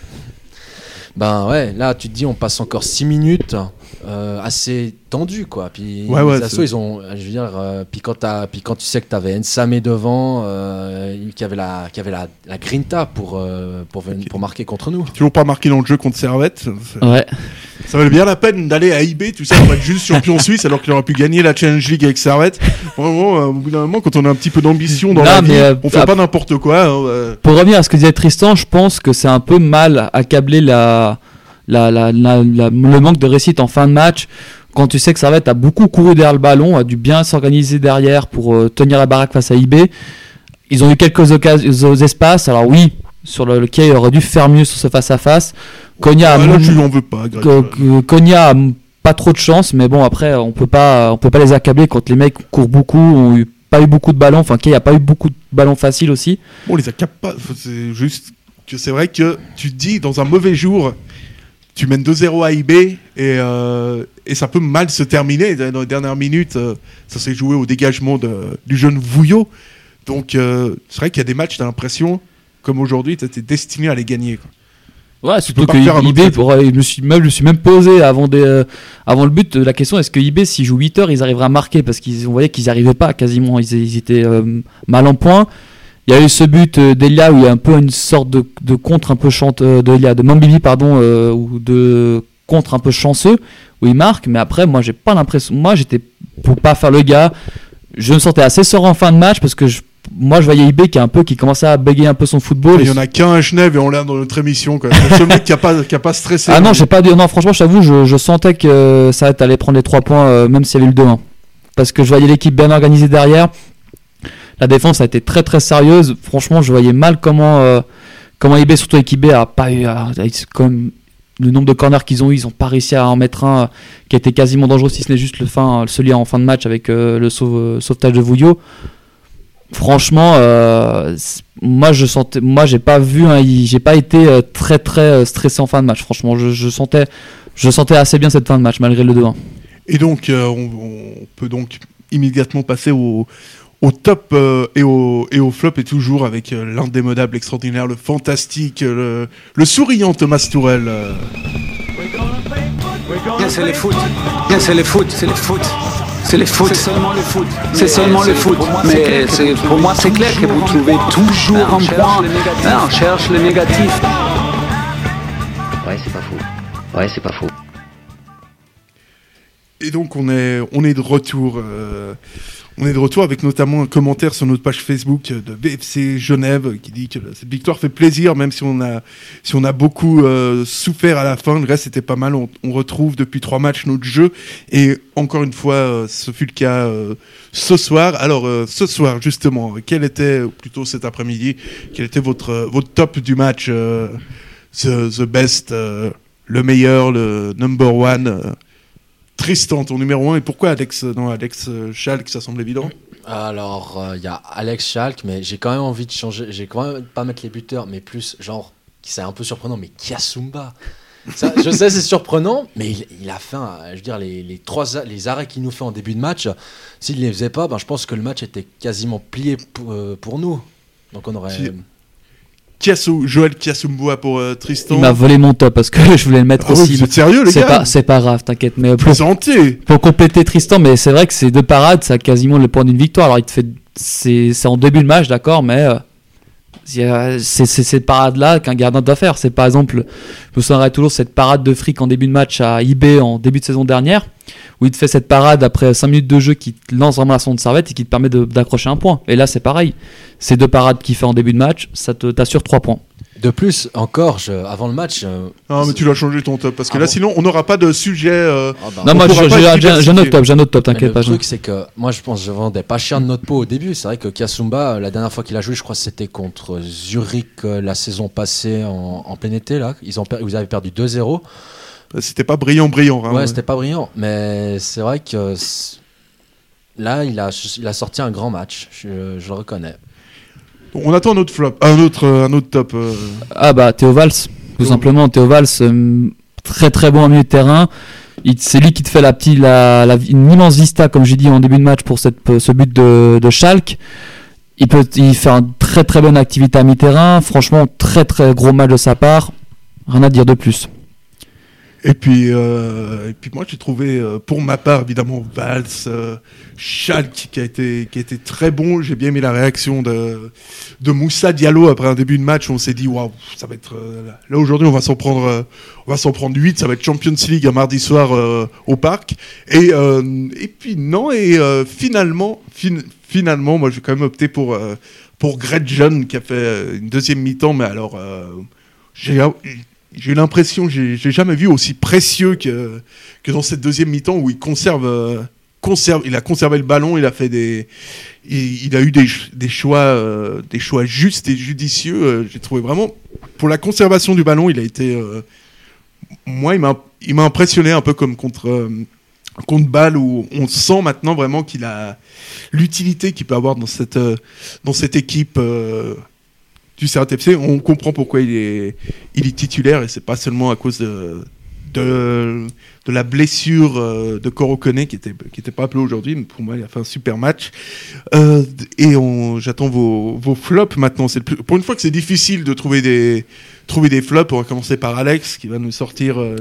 Ben ouais, là tu te dis on passe encore six minutes euh, assez tendu quoi. Puis Ouais, ouais, les assos, c'est- ils ont, je veux dire, euh, puis quand t'as, puis quand tu sais que t'avais Nsamé devant, euh, qui avait la, qui avait la, la grinta pour euh, pour venir- pour marquer contre nous. Toujours pas marqué dans le jeu contre Servette. Ça, Ouais. ça valait bien la peine d'aller à I B, tout ça, pour être juste champion suisse alors qu'il aurait pu gagner la Challenge League avec Servette. Vraiment, euh, au bout d'un moment, quand on a un petit peu d'ambition dans Non, la vie, mais, euh, on fait ah, pas n'importe quoi. hein, euh. Pour revenir à ce que disait Tristan, je pense que c'est un peu mal accabler la, la, la, la- la- le manque de réussite en fin de match. Quand tu sais que Servette a beaucoup couru derrière le ballon, a dû bien s'organiser derrière pour euh, tenir la baraque face à I B. Ils ont eu quelques occasions, espaces. Alors oui, sur le, le quai, il aurait dû faire mieux sur ce face-à-face. Konya a Ah, là, mon- je lui en veux pas. Greg. que- que Konya a m- pas trop de chance, mais bon après on peut pas on peut pas les accabler quand les mecs courent beaucoup, ont eu, pas eu beaucoup de ballons, enfin Kay a pas eu beaucoup de ballons faciles aussi. Bon, on les a cap pas. C'est juste que c'est vrai que tu te dis, dans un mauvais jour, tu mènes deux zéro à I B et, euh, et ça peut mal se terminer. Dans les dernières minutes, euh, ça s'est joué au dégagement de, du jeune Vouillot. Donc, euh, c'est vrai qu'il y a des matchs, t'as l'impression, comme aujourd'hui, tu étais destiné à les gagner. Quoi. Ouais, peux surtout pas que refaire un I autre B, set. pour, je, me suis, même, je me suis même posé avant, des, euh, avant le but de la question, est-ce que I B, s'ils jouent huit heures, ils arriveraient à marquer? Parce qu'on voyait qu'ils n'y arrivaient pas quasiment, ils, ils étaient euh, mal en point. Il y a eu ce but euh, d'Elia où il y a un peu une sorte de, de contre un peu chante, euh, de Elia, de Mambibi, pardon, euh, ou de contre un peu chanceux, où il marque, mais après, moi, j'ai pas l'impression, moi, j'étais pour pas faire le gars, je me sentais assez serein en fin de match parce que je, moi, je voyais I B qui, a un peu, qui commençait à bégayer un peu son football. Il y en a qu'un à Genève et on l'a dans notre émission. Quoi. C'est le seul mec qui a pas, qui a pas stressé. Ah non, j'ai pas dit. Non, franchement, je t'avoue, je, je sentais que ça allait prendre les trois points, euh, même s'il y avait eu le deux un. Parce que je voyais l'équipe bien organisée derrière. La défense a été très très sérieuse. Franchement, je voyais mal comment, euh, comment I B, surtout l'équipe B, a pas eu. A, a- comme le nombre de corners qu'ils ont eu, ils ont pas réussi à en mettre un euh, qui a été quasiment dangereux, si ce n'est juste le fin, celui en fin de match avec euh, le sauve, sauvetage de Vouillot. Franchement, euh, c- moi je sentais, moi j'ai pas vu, hein, il- j'ai pas été euh, très très euh, stressé en fin de match. Franchement, je, je sentais, je sentais assez bien cette fin de match malgré le deux un. Et donc, euh, on, on peut donc immédiatement passer au, au top euh, et, au, et au flop et toujours avec euh, l'indémodable, l'extraordinaire, le fantastique, le, le souriant Thomas Tourel. Euh. Bien, c'est les foot. Bien, c'est les foot. C'est les foot. C'est les foot. C'est seulement le foot. C'est seulement le foot. Mais c'est, pour moi, c'est clair que vous trouvez toujours un point. On cherche les négatifs. Ouais, c'est pas faux. Ouais, c'est pas faux. Et donc on est on est de retour. Euh, on est de retour avec notamment un commentaire sur notre page Facebook de B F C Genève qui dit que cette victoire fait plaisir, même si on a si on a beaucoup euh, souffert à la fin. Le reste c'était pas mal. On, on retrouve depuis trois matchs notre jeu et encore une fois euh, ce fut le cas euh, ce soir. Alors euh, ce soir justement, quel était, ou plutôt cet après-midi, quel était votre euh, votre top du match, euh, the, the best, euh, le meilleur, le number one. Euh, Tristan, ton numéro un, et pourquoi Alex, non, Alex Schalk, ça semble évident? Alors, il euh, y a Alex Schalk, mais j'ai quand même envie de changer, j'ai quand même pas mettre les buteurs, mais plus, genre, c'est un peu surprenant, mais Kiasumba. Ça, je sais, c'est surprenant, mais il, il a fait, un, je veux dire, les, les, trois, les arrêts qu'il nous fait en début de match, s'il ne les faisait pas, ben, je pense que le match était quasiment plié pour, euh, pour nous. Donc on aurait... Si. Kiasu, Joël Kiasumboa pour euh, Tristan. Il m'a volé mon top parce que je voulais le mettre ah aussi. Oui, vous êtes sérieux, les c'est gars? Pas, c'est pas grave, t'inquiète. Mais pour, pour compléter Tristan, mais c'est vrai que ces deux parades, ça a quasiment le point d'une victoire. Alors il te fait, c'est, c'est en début de match, d'accord, mais euh, c'est, c'est, c'est cette parade-là qu'un gardien doit faire. C'est par exemple, je me souviendrai toujours cette parade de fric en début de match à I B en début de saison dernière, où il te fait cette parade après cinq minutes de jeu qui te lance vraiment la sonde de serviette et qui te permet de, d'accrocher un point. Et là, c'est pareil. Ces deux parades qu'il fait en début de match, ça te, t'assure trois points. De plus, encore, je, avant le match... Euh, non, mais tu l'as changé ton top, parce que ah là, bon. Sinon, on n'aura pas de sujet... Euh, ah bah, non, moi, j'ai, j'ai, j'ai, j'ai un autre top, j'ai un autre top, t'inquiète le pas. Le truc, c'est que moi, je pense que je vendais pas cher de notre peau au début. C'est vrai que Kiasumba, la dernière fois qu'il a joué, je crois que c'était contre Zurich euh, la saison passée en, en plein été, là. Ils, ont per- ils avaient perdu deux zéro. C'était pas brillant, brillant. Hein, ouais, ouais, c'était pas brillant, mais c'est vrai que là, il a, il a sorti un grand match, je, je le reconnais. On attend un autre flop, un autre, un autre top. Euh... Ah bah Théo Valls, tout oh. simplement. Théo Valls, euh, très très bon en milieu de terrain. Il, c'est lui qui te fait la petite, la, la, une immense vista, comme j'ai dit en début de match pour cette, ce but de, de Schalke. Il peut, il fait une très très bonne activité à mi-terrain. Franchement, très très gros match de sa part. Rien à dire de plus. Et puis, euh, et puis moi j'ai trouvé, euh, pour ma part évidemment, Valls, euh, Schalke qui a été qui a été très bon. J'ai bien aimé la réaction de de Moussa Diallo après un début de match où on s'est dit waouh, ça va être euh, là aujourd'hui on va s'en prendre euh, on va s'en prendre huit, ça va être Champions League un mardi soir euh, au parc. Et euh, et puis non et euh, finalement fin, finalement moi j'ai quand même opté pour euh, pour Gretchen qui a fait une deuxième mi-temps, mais alors euh, j'ai J'ai eu l'impression, j'ai, j'ai jamais vu aussi précieux que, que dans cette deuxième mi-temps où il conserve, euh, conserve, il a conservé le ballon, il a fait des, il, il a eu des, des choix, euh, des choix justes et judicieux. Euh, j'ai trouvé vraiment, pour la conservation du ballon, il a été, euh, moi, il m'a, il m'a impressionné un peu comme contre, euh, contre Bâle où on sent maintenant vraiment qu'il a l'utilité qu'il peut avoir dans cette, euh, dans cette équipe. Euh, Du C R T F C, on comprend pourquoi il est, il est titulaire et c'est pas seulement à cause de, de, de la blessure de Koro Koné qui était, qui était pas appelé aujourd'hui, mais pour moi il a fait un super match. Euh, et on, j'attends vos, vos flops maintenant. C'est le plus, pour une fois que c'est difficile de trouver des, trouver des flops, on va commencer par Alex qui va nous sortir. Euh...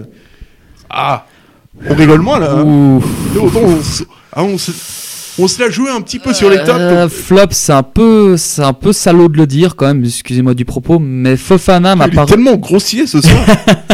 Ah, on rigole moins là. Hein. Autant on, ah, on se... On se l'a joué un petit peu sur les tops. Euh, flop, c'est un peu, c'est un peu salaud de le dire quand même. Excusez-moi du propos, mais Fofana m'a apparu. Il est tellement grossier ce soir.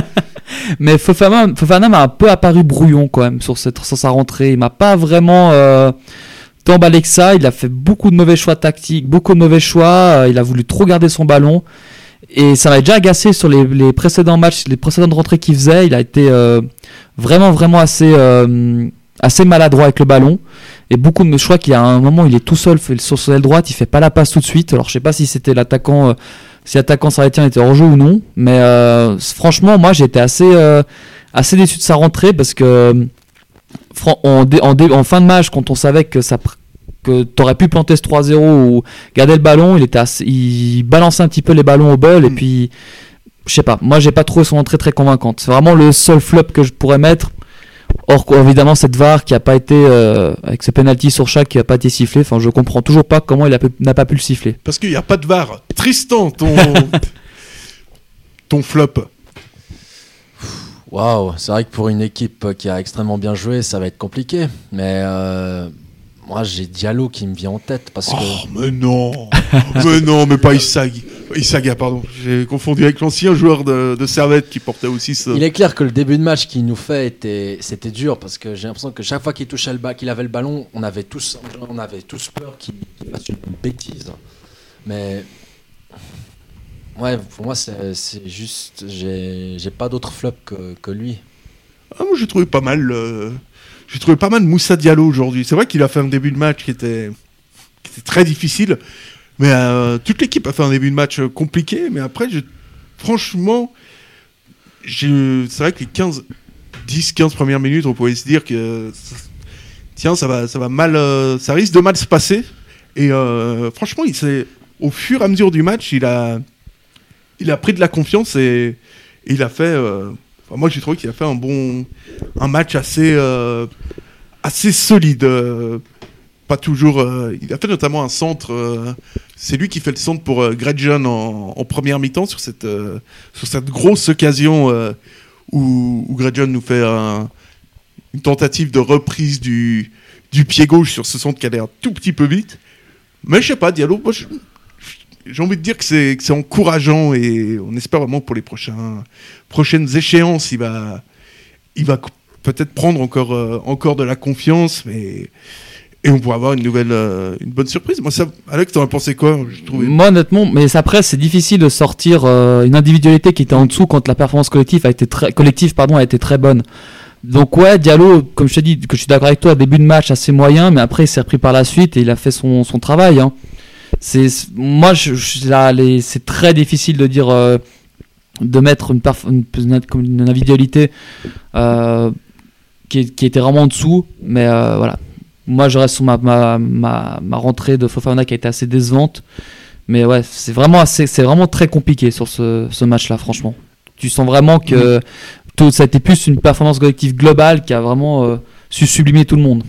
Mais Fofana, Fofana m'a un peu apparu brouillon quand même sur cette, sur sa rentrée. Il m'a pas vraiment euh, emballé que ça. Il a fait beaucoup de mauvais choix tactiques, beaucoup de mauvais choix. Il a voulu trop garder son ballon. Et ça m'a déjà agacé sur les, les précédents matchs, les précédentes rentrées qu'il faisait. Il a été euh, vraiment, vraiment assez, euh, assez maladroit avec le ballon. Et beaucoup de, je crois qu'il y a un moment, il est tout seul sur son aile droite, il fait pas la passe tout de suite. Alors je sais pas si c'était l'attaquant, euh, si l'attaquant Sarrétien était hors jeu ou non, mais euh, franchement, moi j'étais assez, euh, assez déçu de sa rentrée parce que fran- en, dé- en, dé- en fin de match, quand on savait que ça, que t'aurais pu planter ce trois zéro ou garder le ballon, il était, assez, il balançait un petit peu les ballons au bol mmh. et puis, je sais pas, moi j'ai pas trouvé son entrée très convaincante. C'est vraiment le seul flop que je pourrais mettre. Or, quoi, évidemment, cette V A R qui a pas été, euh, avec ce penalty sur chaque qui a pas été sifflé, enfin, je comprends toujours pas comment il a pu- n'a pas pu le siffler. Parce qu'il n'y a pas de V A R. Tristan, ton, ton flop. Waouh, c'est vrai que pour une équipe qui a extrêmement bien joué, ça va être compliqué. Mais euh, moi, j'ai Diallo qui me vient en tête parce que. Oh, mais non Mais non, mais pas Issaga. Issaga, pardon. J'ai confondu avec l'ancien joueur de, de Servette qui portait aussi ce... Il est clair que le début de match qu'il nous fait était, c'était dur parce que j'ai l'impression que chaque fois qu'il touchait le bas, qu'il avait le ballon, on avait tous, on avait tous peur qu'il qu'il fasse une bêtise. Mais ouais, pour moi c'est, c'est juste, j'ai, j'ai pas d'autre flop que, que lui. Ah, moi, j'ai trouvé pas mal... euh, J'ai trouvé pas mal Moussa Diallo aujourd'hui. C'est vrai qu'il a fait un début de match qui était, qui était très difficile. Mais euh, toute l'équipe a fait un début de match euh, compliqué. Mais après, je... franchement, j'ai... c'est vrai que les quinze, dix quinze premières minutes, on pouvait se dire que tiens, ça va, ça va mal, euh, ça risque de mal se passer. Et euh, franchement, il s'est, au fur et à mesure du match, il a, il a pris de la confiance et, et il a fait. Euh, enfin, moi, j'ai trouvé qu'il a fait un bon, un match assez, euh, assez solide. Euh, pas toujours. Euh, il a fait notamment un centre. Euh, c'est lui qui fait le centre pour euh, Gretchen en, en première mi-temps sur cette, euh, sur cette grosse occasion euh, où, où Gretchen nous fait un, une tentative de reprise du, du pied gauche sur ce centre qui a l'air tout petit peu vite. Mais je sais pas, Diallo, moi, je, j'ai envie de dire que c'est, que c'est encourageant et on espère vraiment pour les prochains, prochaines échéances, il va, il va peut-être prendre encore, euh, encore de la confiance, mais. Et on pourrait avoir une nouvelle, euh, une bonne surprise. Moi, ça, Alex, t'en as pensé quoi? Je trouvais... Moi, honnêtement, mais après, c'est difficile de sortir euh, une individualité qui était en dessous quand la performance collective a été très, collective, pardon, a été très bonne. Donc ouais, Diallo, comme je t'ai dit, que je suis d'accord avec toi, début de match assez moyen, mais après il s'est repris par la suite et il a fait son, son travail. Hein. C'est, moi, je, je, là, les, c'est très difficile de dire, euh, de mettre une, perf- une, une, une individualité euh, qui, qui était vraiment en dessous, mais euh, voilà. Moi, je reste sur ma, ma, ma, ma rentrée de Fofana qui a été assez décevante. Mais ouais, c'est vraiment, assez, c'est vraiment très compliqué sur ce, ce match-là, franchement. Tu sens vraiment que tout, ça a été plus une performance collective globale qui a vraiment euh, su sublimer tout le monde.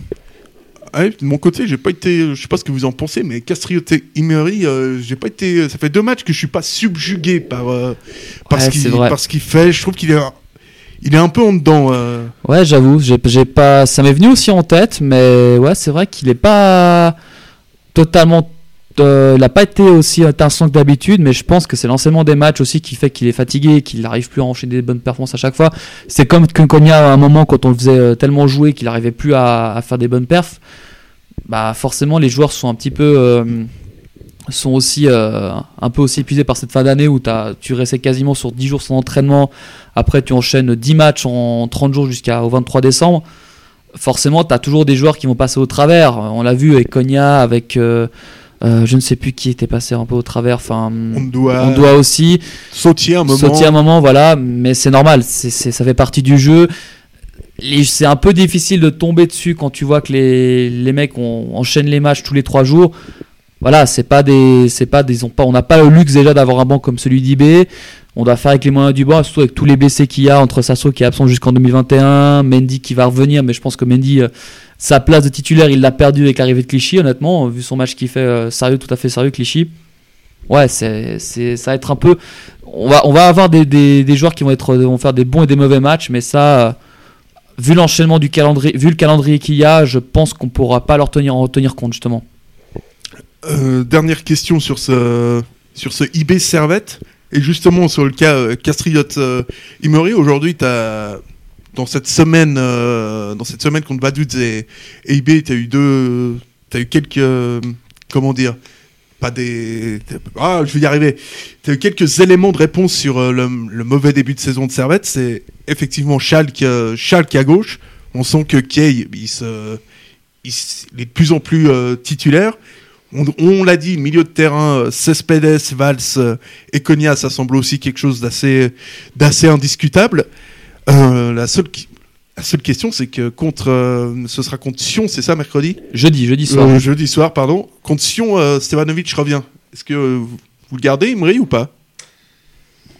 Ah oui, de mon côté, j'ai pas été, je sais pas ce que vous en pensez, mais Castriote Imeri, euh, j'ai pas été. Ça fait deux matchs que je suis pas subjugué par, euh, par, Ouais, ce qu'il, c'est vrai. par ce qu'il fait. Je trouve qu'il est, il est un peu en dedans. Euh. Ouais, j'avoue, j'ai, j'ai pas, ça m'est venu aussi en tête, mais ouais, c'est vrai qu'il est pas totalement. Euh, il n'a pas été aussi intéressant que d'habitude, mais je pense que c'est l'enchaînement des matchs aussi qui fait qu'il est fatigué et qu'il n'arrive plus à enchaîner des bonnes performances à chaque fois. C'est comme Konya à un moment quand on le faisait euh, tellement jouer qu'il n'arrivait plus à, à faire des bonnes perfs. Bah forcément les joueurs sont un petit peu euh, sont aussi euh, un peu aussi épuisés par cette fin d'année où t'as, tu restais quasiment sur dix jours sans entraînement. Après tu enchaînes dix matchs en trente jours jusqu'au vingt-trois décembre. Forcément tu as toujours des joueurs qui vont passer au travers. On l'a vu avec Konya, avec euh, Euh, je ne sais plus qui était passé un peu au travers. Enfin, On doit, on doit aussi sautier un moment. Sautier un moment, voilà. Mais c'est normal. C'est, c'est, ça fait partie du jeu. Les, c'est un peu difficile de tomber dessus quand tu vois que les, les mecs on, enchaînent les matchs tous les trois jours. Voilà, c'est pas des, c'est pas des, ont pas, on n'a pas le luxe déjà d'avoir un banc comme celui d'I B. On doit faire avec les moyens du bord, surtout avec tous les blessés qu'il y a entre Sasso qui est absent jusqu'en deux mille vingt et un, Mendy qui va revenir, mais je pense que Mendy, euh, sa place de titulaire, il l'a perdu avec l'arrivée de Clichy, honnêtement, vu son match qu'il fait euh, sérieux, tout à fait sérieux, Clichy. Ouais, c'est, c'est, ça va être un peu. On va, on va avoir des, des, des joueurs qui vont être, vont faire des bons et des mauvais matchs, mais ça, euh, vu l'enchaînement du calendrier, vu le calendrier qu'il y a, je pense qu'on pourra pas leur tenir, en tenir compte justement. Euh, dernière question sur ce, sur ce I B Servette. Et justement, sur le cas euh, Castriote euh, Imori, aujourd'hui, t'as, dans cette semaine, euh, dans cette semaine contre Vaduz et, et I B, tu as eu deux, t'as eu quelques, euh, comment dire, pas des, ah, je vais y arriver. Tu as eu quelques éléments de réponse sur euh, le, le mauvais début de saison de Servette. C'est effectivement Schalke, euh, Schalke à gauche. On sent que Kay, il, se, il, il est de plus en plus euh, titulaire. On, on l'a dit, milieu de terrain, euh, Cespedes, Valls euh, et Konya, ça semble aussi quelque chose d'assez, d'assez indiscutable. Euh, la, seule, la seule question, c'est que contre, euh, ce sera contre Sion, c'est ça, mercredi ? Jeudi, jeudi soir. Euh, jeudi soir, pardon. Contre Sion, euh, Stevanovic revient. Est-ce que euh, vous le gardez, Imri, ou pas ?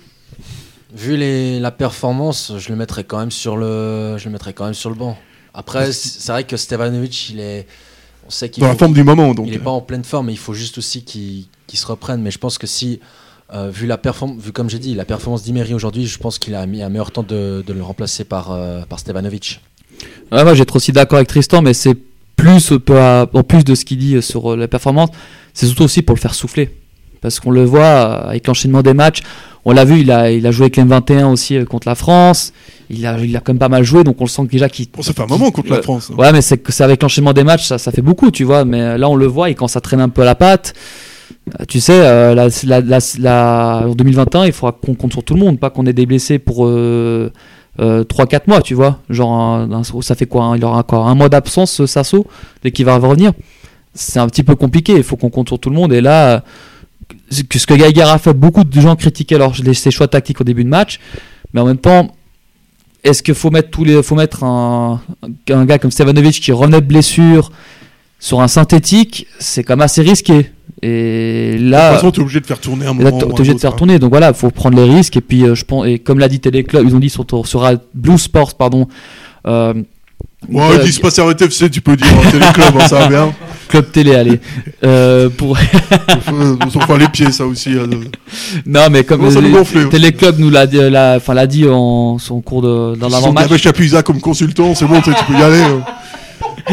vu les, la performance, je le mettrais quand même sur le, je le mettrais quand même sur le banc. Après, c'est vrai que Stevanovic, il est, on sait qu'il dans faut, la forme du moment, donc. Il est pas en pleine forme, mais il faut juste aussi qu'il, qu'il se reprenne. Mais je pense que si, euh, vu la performance, vu comme j'ai dit, la performance d'Imery aujourd'hui, je pense qu'il a mis un meilleur temps de, de le remplacer par, euh, par Stevanovic. Ouais, moi, j'être aussi d'accord avec Tristan, mais c'est plus, en plus de ce qu'il dit sur la performance, c'est surtout aussi pour le faire souffler. Parce qu'on le voit avec l'enchaînement des matchs. On l'a vu, il a, il a joué avec l'M vingt et un aussi contre la France. Il a, il a quand même pas mal joué, donc on le sent déjà qu'il. Bon, ça fait un moment contre euh, la France. Hein. Ouais, mais c'est que c'est avec l'enchaînement des matchs, ça, ça fait beaucoup, tu vois. Mais là, on le voit, et quand ça traîne un peu à la patte, tu sais, euh, la, la, la, la, en deux mille vingt et un, il faudra qu'on compte sur tout le monde, pas qu'on ait des blessés pour euh, euh, trois quatre mois, tu vois. Genre, un, un, ça fait quoi hein, il aura encore un mois d'absence, Sasso, dès qu'il va revenir. C'est un petit peu compliqué, il faut qu'on compte sur tout le monde. Et là. Ce que Geiger a fait, beaucoup de gens critiquaient alors ses choix tactiques au début de match, mais en même temps, est-ce qu'il faut mettre tous les, faut mettre un, un gars comme Stevanovic qui revenait de blessure sur un synthétique, c'est quand même assez risqué. Et là, de toute façon, tu es obligé de faire tourner un moment. Là, tu es obligé de faire tourner, donc voilà, il faut prendre les risques. Et puis, euh, je pense, et comme l'a dit Téléclub, ils ont dit sur, sur Blue Sports, pardon. Euh, Ouais, euh, ils disent pas R T F C, tu peux dire hein, Téléclub, hein, ça va bien. Club Télé, allez. Euh, pour... Ils sont pas les pieds, ça aussi. Hein. Non, mais comme euh, Téléclub nous l'a, l'a, enfin, l'a dit en son cours de, dans l'avant-match. Ils ont Chapuisat comme consultant, c'est bon, tu peux y aller. Hein.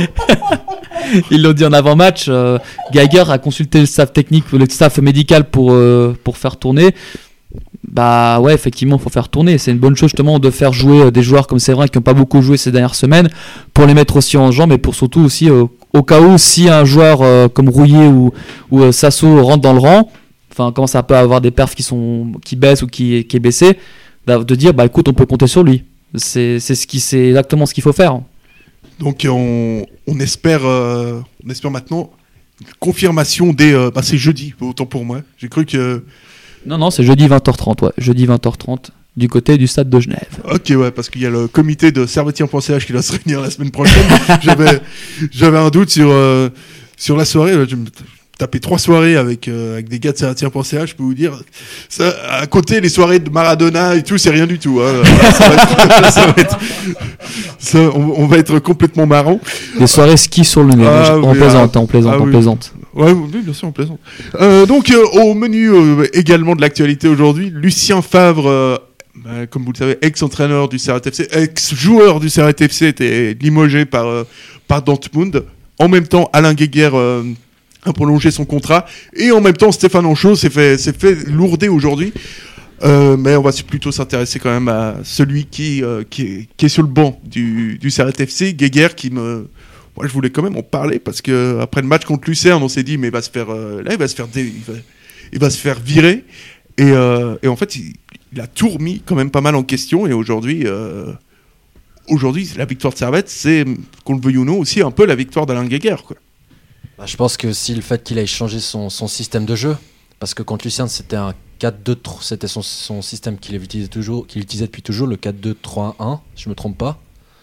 Ils l'ont dit en avant-match. Euh, Geiger a consulté le staff technique, le staff médical pour, euh, pour faire tourner. Bah ouais, effectivement, il faut faire tourner. C'est une bonne chose justement de faire jouer des joueurs comme Séverin qui n'ont pas beaucoup joué ces dernières semaines pour les mettre aussi en jambes, mais pour surtout aussi euh, au cas où si un joueur euh, comme Rouillet ou, ou euh, Sasso rentre dans le rang, enfin commence à peu avoir des perfs qui sont qui baissent ou qui qui est baissé, de dire bah écoute on peut compter sur lui. C'est c'est ce qui c'est exactement ce qu'il faut faire. Donc on on espère euh, on espère maintenant une confirmation des euh, bah c'est jeudi autant pour moi. J'ai cru que Non, non, c'est jeudi vingt heures trente, ouais. Jeudi vingt heures trente, du côté du stade de Genève. Ok, ouais, parce qu'il y a le comité de servetien point c h qui va se réunir la semaine prochaine. j'avais, j'avais un doute sur, euh, sur la soirée. Je me tapais trois soirées avec, euh, avec des gars de servetien point c h, je peux vous dire. Ça, à côté, les soirées de Maradona et tout, c'est rien du tout. Hein. Ça va être, ça va être, ça, on, on va être complètement marrant. Des soirées ski sur le nez. Ah, on, plaisante, ah, on plaisante, ah, on oui. plaisante. Ouais, oui, bien sûr, on plaisante. Euh, donc, euh, au menu euh, également de l'actualité aujourd'hui, Lucien Favre, euh, bah, comme vous le savez, ex-entraîneur du C R T F C, ex-joueur du C R T F C, était limogé par, euh, par Dortmund. En même temps, Alain Guéguer euh, a prolongé son contrat. Et en même temps, Stéphane Anchaud s'est fait, s'est fait lourder aujourd'hui. Euh, mais on va plutôt s'intéresser quand même à celui qui, euh, qui, est, qui est sur le banc du, du C R T F C, Guéguer, qui me... Moi, je voulais quand même en parler parce que après le match contre Lucerne, on s'est dit mais il va se faire euh, là, il va se faire dé... il, va... il va se faire virer et, euh, et en fait il... il a tout remis quand même pas mal en question et aujourd'hui euh... aujourd'hui la victoire de Servette, c'est qu'on le veuille ou non aussi un peu la victoire d'Alain Guéguer quoi. Bah, je pense que si le fait qu'il ait changé son, son système de jeu, parce que contre Lucerne c'était un quatre deux trois, c'était son, son système qu'il utilisait toujours, qu'il utilisait depuis toujours, le quatre deux trois un, si je me trompe pas.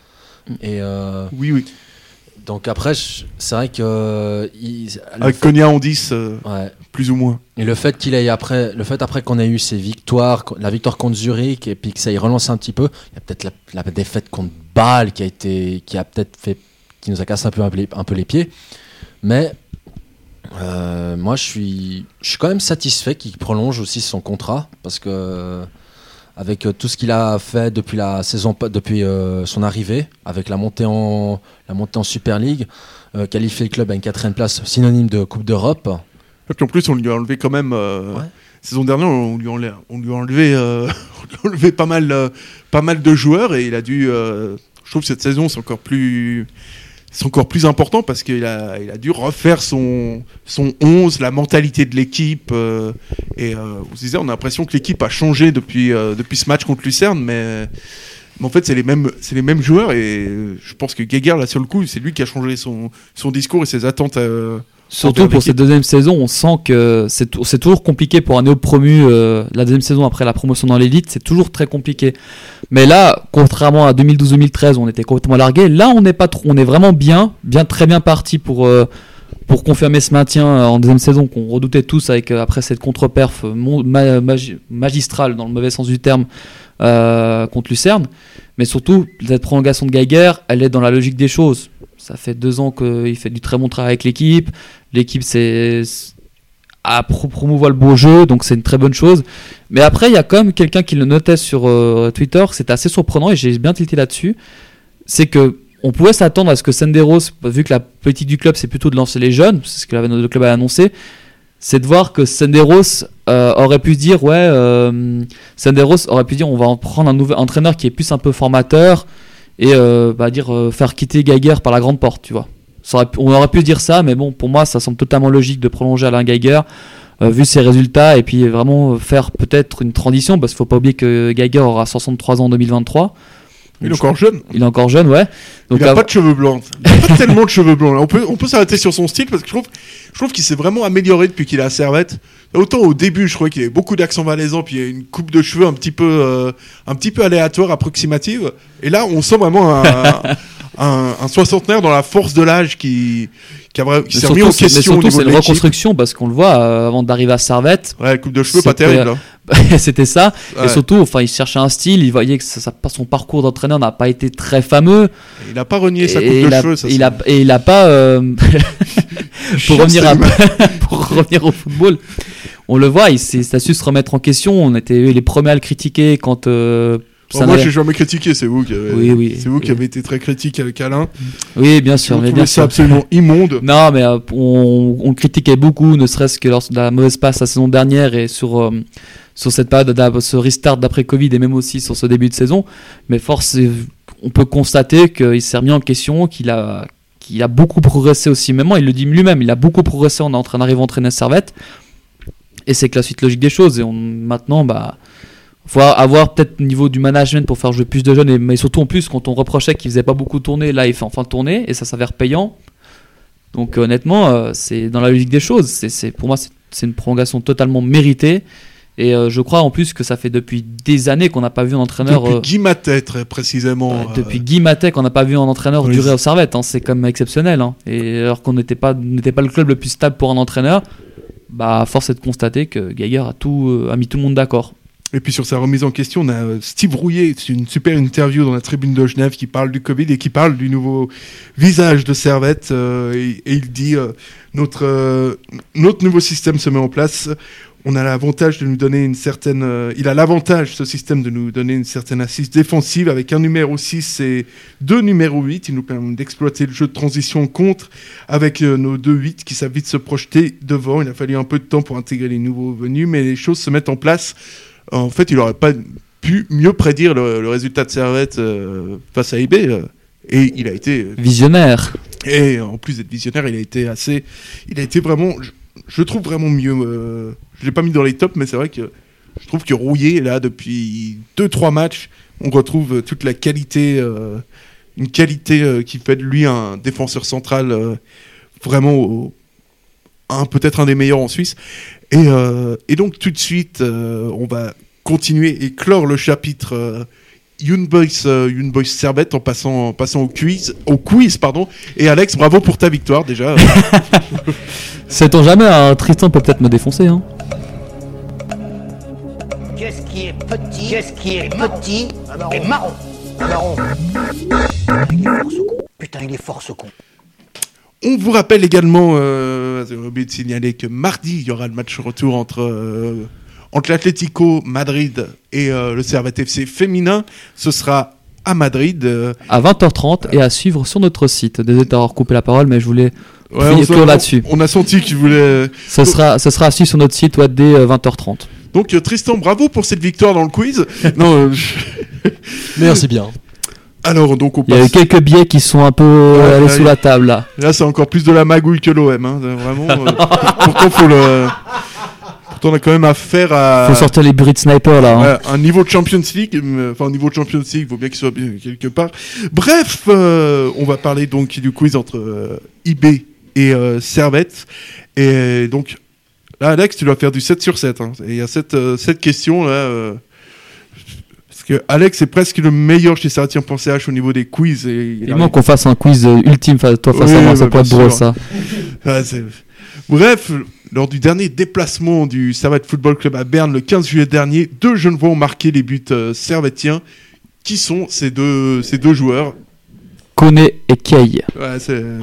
Et euh... oui oui. Donc après, c'est vrai que... Euh, il, Avec fait... Konya en dix, euh, ouais. plus ou moins. Et le fait qu'il ait après, le fait après qu'on ait eu ces victoires, la victoire contre Zurich, et puis que ça ait relancé un petit peu, il y a peut-être la, la défaite contre Bâle qui a été, qui a peut-être fait, qui nous a cassé un peu, un peu les pieds. Mais euh, moi, je suis, je suis quand même satisfait qu'il prolonge aussi son contrat, parce que... Euh, avec tout ce qu'il a fait depuis la saison, depuis euh, son arrivée, avec la montée en, la montée en Super League, euh, qualifier le club à une quatrième place synonyme de Coupe d'Europe. Et puis en plus, on lui a enlevé quand même. Euh, ouais. Saison dernière, on lui a enlevé, on lui a enlevé, euh, on lui a enlevé pas mal, euh, pas mal de joueurs et il a dû. Euh, je trouve que cette saison, c'est encore plus. C'est encore plus important parce qu'il a, il a dû refaire son, son onze, la mentalité de l'équipe. Euh, et euh, vous disiez, on a l'impression que l'équipe a changé depuis, euh, depuis ce match contre Lucerne, mais, mais en fait, c'est les mêmes, c'est les mêmes joueurs. Et je pense que Guéguer, là, sur le coup, c'est lui qui a changé son, son discours et ses attentes. Euh, Surtout pour cette deuxième saison, on sent que c'est, t- c'est toujours compliqué pour un néo-promu. Euh, la deuxième saison après la promotion dans l'élite, c'est toujours très compliqué. Mais là, contrairement à deux mille douze deux mille treize, on était complètement largué. Là, on n'est pas trop, on est vraiment bien, bien très bien parti pour euh, pour confirmer ce maintien en deuxième saison qu'on redoutait tous avec euh, après cette contre-perf mon, ma, magi- magistrale dans le mauvais sens du terme euh, contre Lucerne. Mais surtout, cette prolongation de Geiger, elle est dans la logique des choses. Ça fait deux ans qu'il fait du très bon travail avec l'équipe. L'équipe c'est, a pro- promouvoir le beau jeu, donc c'est une très bonne chose. Mais après, il y a quand même quelqu'un qui le notait sur euh, Twitter, c'était assez surprenant et j'ai bien tilté là-dessus. C'est que on pouvait s'attendre à ce que Senderos, vu que la politique du club c'est plutôt de lancer les jeunes, c'est ce que le club a annoncé, c'est de voir que Senderos euh, aurait pu se dire ouais, euh, Senderos aurait pu dire on va en prendre un nouvel entraîneur qui est plus un peu formateur et euh, bah, dire euh, faire quitter Geiger par la grande porte, tu vois. Ça aurait pu, on aurait pu se dire ça, mais bon, pour moi ça semble totalement logique de prolonger Alain Geiger euh, vu ses résultats et puis vraiment faire peut-être une transition parce qu'il faut pas oublier que Geiger aura soixante-trois ans en deux mille vingt-trois. Il est encore jeune. Il est encore jeune, ouais. Donc, il a à... pas de cheveux blancs. Il a pas tellement de cheveux blancs. Là. On peut, on peut s'arrêter sur son style parce que je trouve, je trouve qu'il s'est vraiment amélioré depuis qu'il est à Servette. Autant au début, je trouvais qu'il avait beaucoup d'accent valaisan, puis il y a une coupe de cheveux un petit peu, euh, un petit peu aléatoire, approximative. Et là, on sent vraiment un, un, un soixantenaire dans la force de l'âge qui, qui, a, qui s'est remis en question. Mais surtout, au niveau c'est de une l'équipe. reconstruction parce qu'on le voit euh, avant d'arriver à Servette. Ouais, coupe de cheveux c'était... pas terrible. Hein. C'était ça. Ouais. Et surtout, enfin, il cherchait un style. Il voyait que ça, ça, son parcours d'entraîneur n'a pas été très fameux. Et il a pas renié sa coupe et de il a, cheveux. Ça, il a, et il a pas. Euh... pour revenir à, pour revenir au football, on le voit. Il s'est, ça a su se remettre en question. On était les premiers à le critiquer quand. Euh, Oh, moi, n'avait... j'ai jamais critiqué. C'est vous qui avez, oui, oui, c'est vous oui. qui avez été très critique avec Alain. Oui, bien sûr. Vous mais trouvez bien ça sûr. absolument immonde. Non, mais euh, on, on critiquait beaucoup, ne serait-ce que lors de la mauvaise passe la saison dernière et sur euh, sur cette période, ce restart d'après Covid et même aussi sur ce début de saison. Mais force, on peut constater qu'il s'est remis en question, qu'il a qu'il a beaucoup progressé aussi. Même moi, il le dit lui-même, il a beaucoup progressé en, en train d'arriver à entraîner Servette. Et c'est que la suite logique des choses. Et on, maintenant, bah. Faut avoir peut-être au niveau du management pour faire jouer plus de jeunes, et, mais surtout en plus quand on reprochait qu'il faisait pas beaucoup tourner, là il fait enfin tourner et ça s'avère payant. Donc honnêtement, euh, c'est dans la logique des choses. C'est, c'est, pour moi, c'est, c'est une prolongation totalement méritée. Et euh, je crois en plus que ça fait depuis des années qu'on n'a pas vu un entraîneur. Depuis euh, Guy Matet, très précisément. Euh, depuis Guy Matet, qu'on n'a pas vu un entraîneur oui, durer c'est... au Servette. Hein, c'est quand même exceptionnel. Hein. Et alors qu'on n'était pas, n'était pas le club le plus stable pour un entraîneur, bah force est de constater que Geiger a tout, euh, a mis tout le monde d'accord. Et puis sur sa remise en question, on a Steve Rouillet, c'est une super interview dans la tribune de Genève qui parle du Covid et qui parle du nouveau visage de Servette. Euh, et, et il dit euh, notre, euh, notre nouveau système se met en place. On a l'avantage de nous donner une certaine... Euh, il a l'avantage, ce système, de nous donner une certaine assise défensive avec un numéro six et deux numéros huit. Il nous permet d'exploiter le jeu de transition contre avec euh, nos deux huit qui savent vite se projeter devant. Il a fallu un peu de temps pour intégrer les nouveaux venus, mais les choses se mettent en place. En fait, il n'aurait pas pu mieux prédire le, le résultat de Servette euh, face à I B. Euh, et il a été... Euh, visionnaire. Et en plus d'être visionnaire, il a été assez... Il a été vraiment... Je, je trouve vraiment mieux... Euh, je ne l'ai pas mis dans les tops, mais c'est vrai que je trouve que Rouillet, là, depuis deux trois matchs, on retrouve toute la qualité... Euh, une qualité euh, qui fait de lui un défenseur central euh, vraiment... Au, un, peut-être un des meilleurs en Suisse. Et, euh, et donc tout de suite, euh, on va continuer et clore le chapitre euh, Young Boys, euh, Young Boys Servette en passant, en passant au quiz, au quiz pardon. Et Alex, bravo pour ta victoire déjà. Sait-on jamais, hein, Tristan peut peut-être me défoncer. Hein. Qu'est-ce qui est petit, qu'est-ce qui est petit et marron. Marron. Il est fort ce con. Putain, il est fort ce con. On vous rappelle également, euh, j'ai oublié de signaler que mardi, il y aura le match retour entre, euh, entre l'Atlético Madrid et euh, le Servette F C féminin. Ce sera à Madrid. Euh... À vingt heures trente et à suivre sur notre site. Désolé d'avoir coupé la parole, mais je voulais ouais, finir on, là-dessus. On a senti qu'il voulait... Ce sera, ce sera à suivre sur notre site ouais, dès vingt heures trente. Donc euh, Tristan, bravo pour cette victoire dans le quiz. non, euh, je... Merci bien. Alors, donc on passe... Il y a eu quelques billets qui sont un peu ouais, allés sous la table là. Là, c'est encore plus de la magouille que l'O M. Hein, vraiment. Euh, pourtant, faut le. Pourtant, on a quand même affaire à. Faut sortir les buris de sniper là. Ouais, hein. un niveau de Champions League. Enfin, un niveau de Champions League, il faut bien qu'il soit bien quelque part. Bref, euh, on va parler donc du quiz entre euh, I B et euh, Servette. Et donc, là, Alex, tu dois faire du sept sur sept. Hein. Et il y a cette, euh, cette question là. Euh... Parce que Alex est presque le meilleur chez Servetien.ch au niveau des quiz. Et il il manque qu'on fasse un quiz ultime, toi face oui, à moi, bah, ça pourrait être drôle ça. Ah, c'est... Bref, lors du dernier déplacement du Servette Football Club à Berne le quinze juillet dernier, deux Genevois ont marqué les buts euh, servettiens. Qui sont ces deux, ces deux joueurs? Koné et Kay. Ouais, c'est... Euh,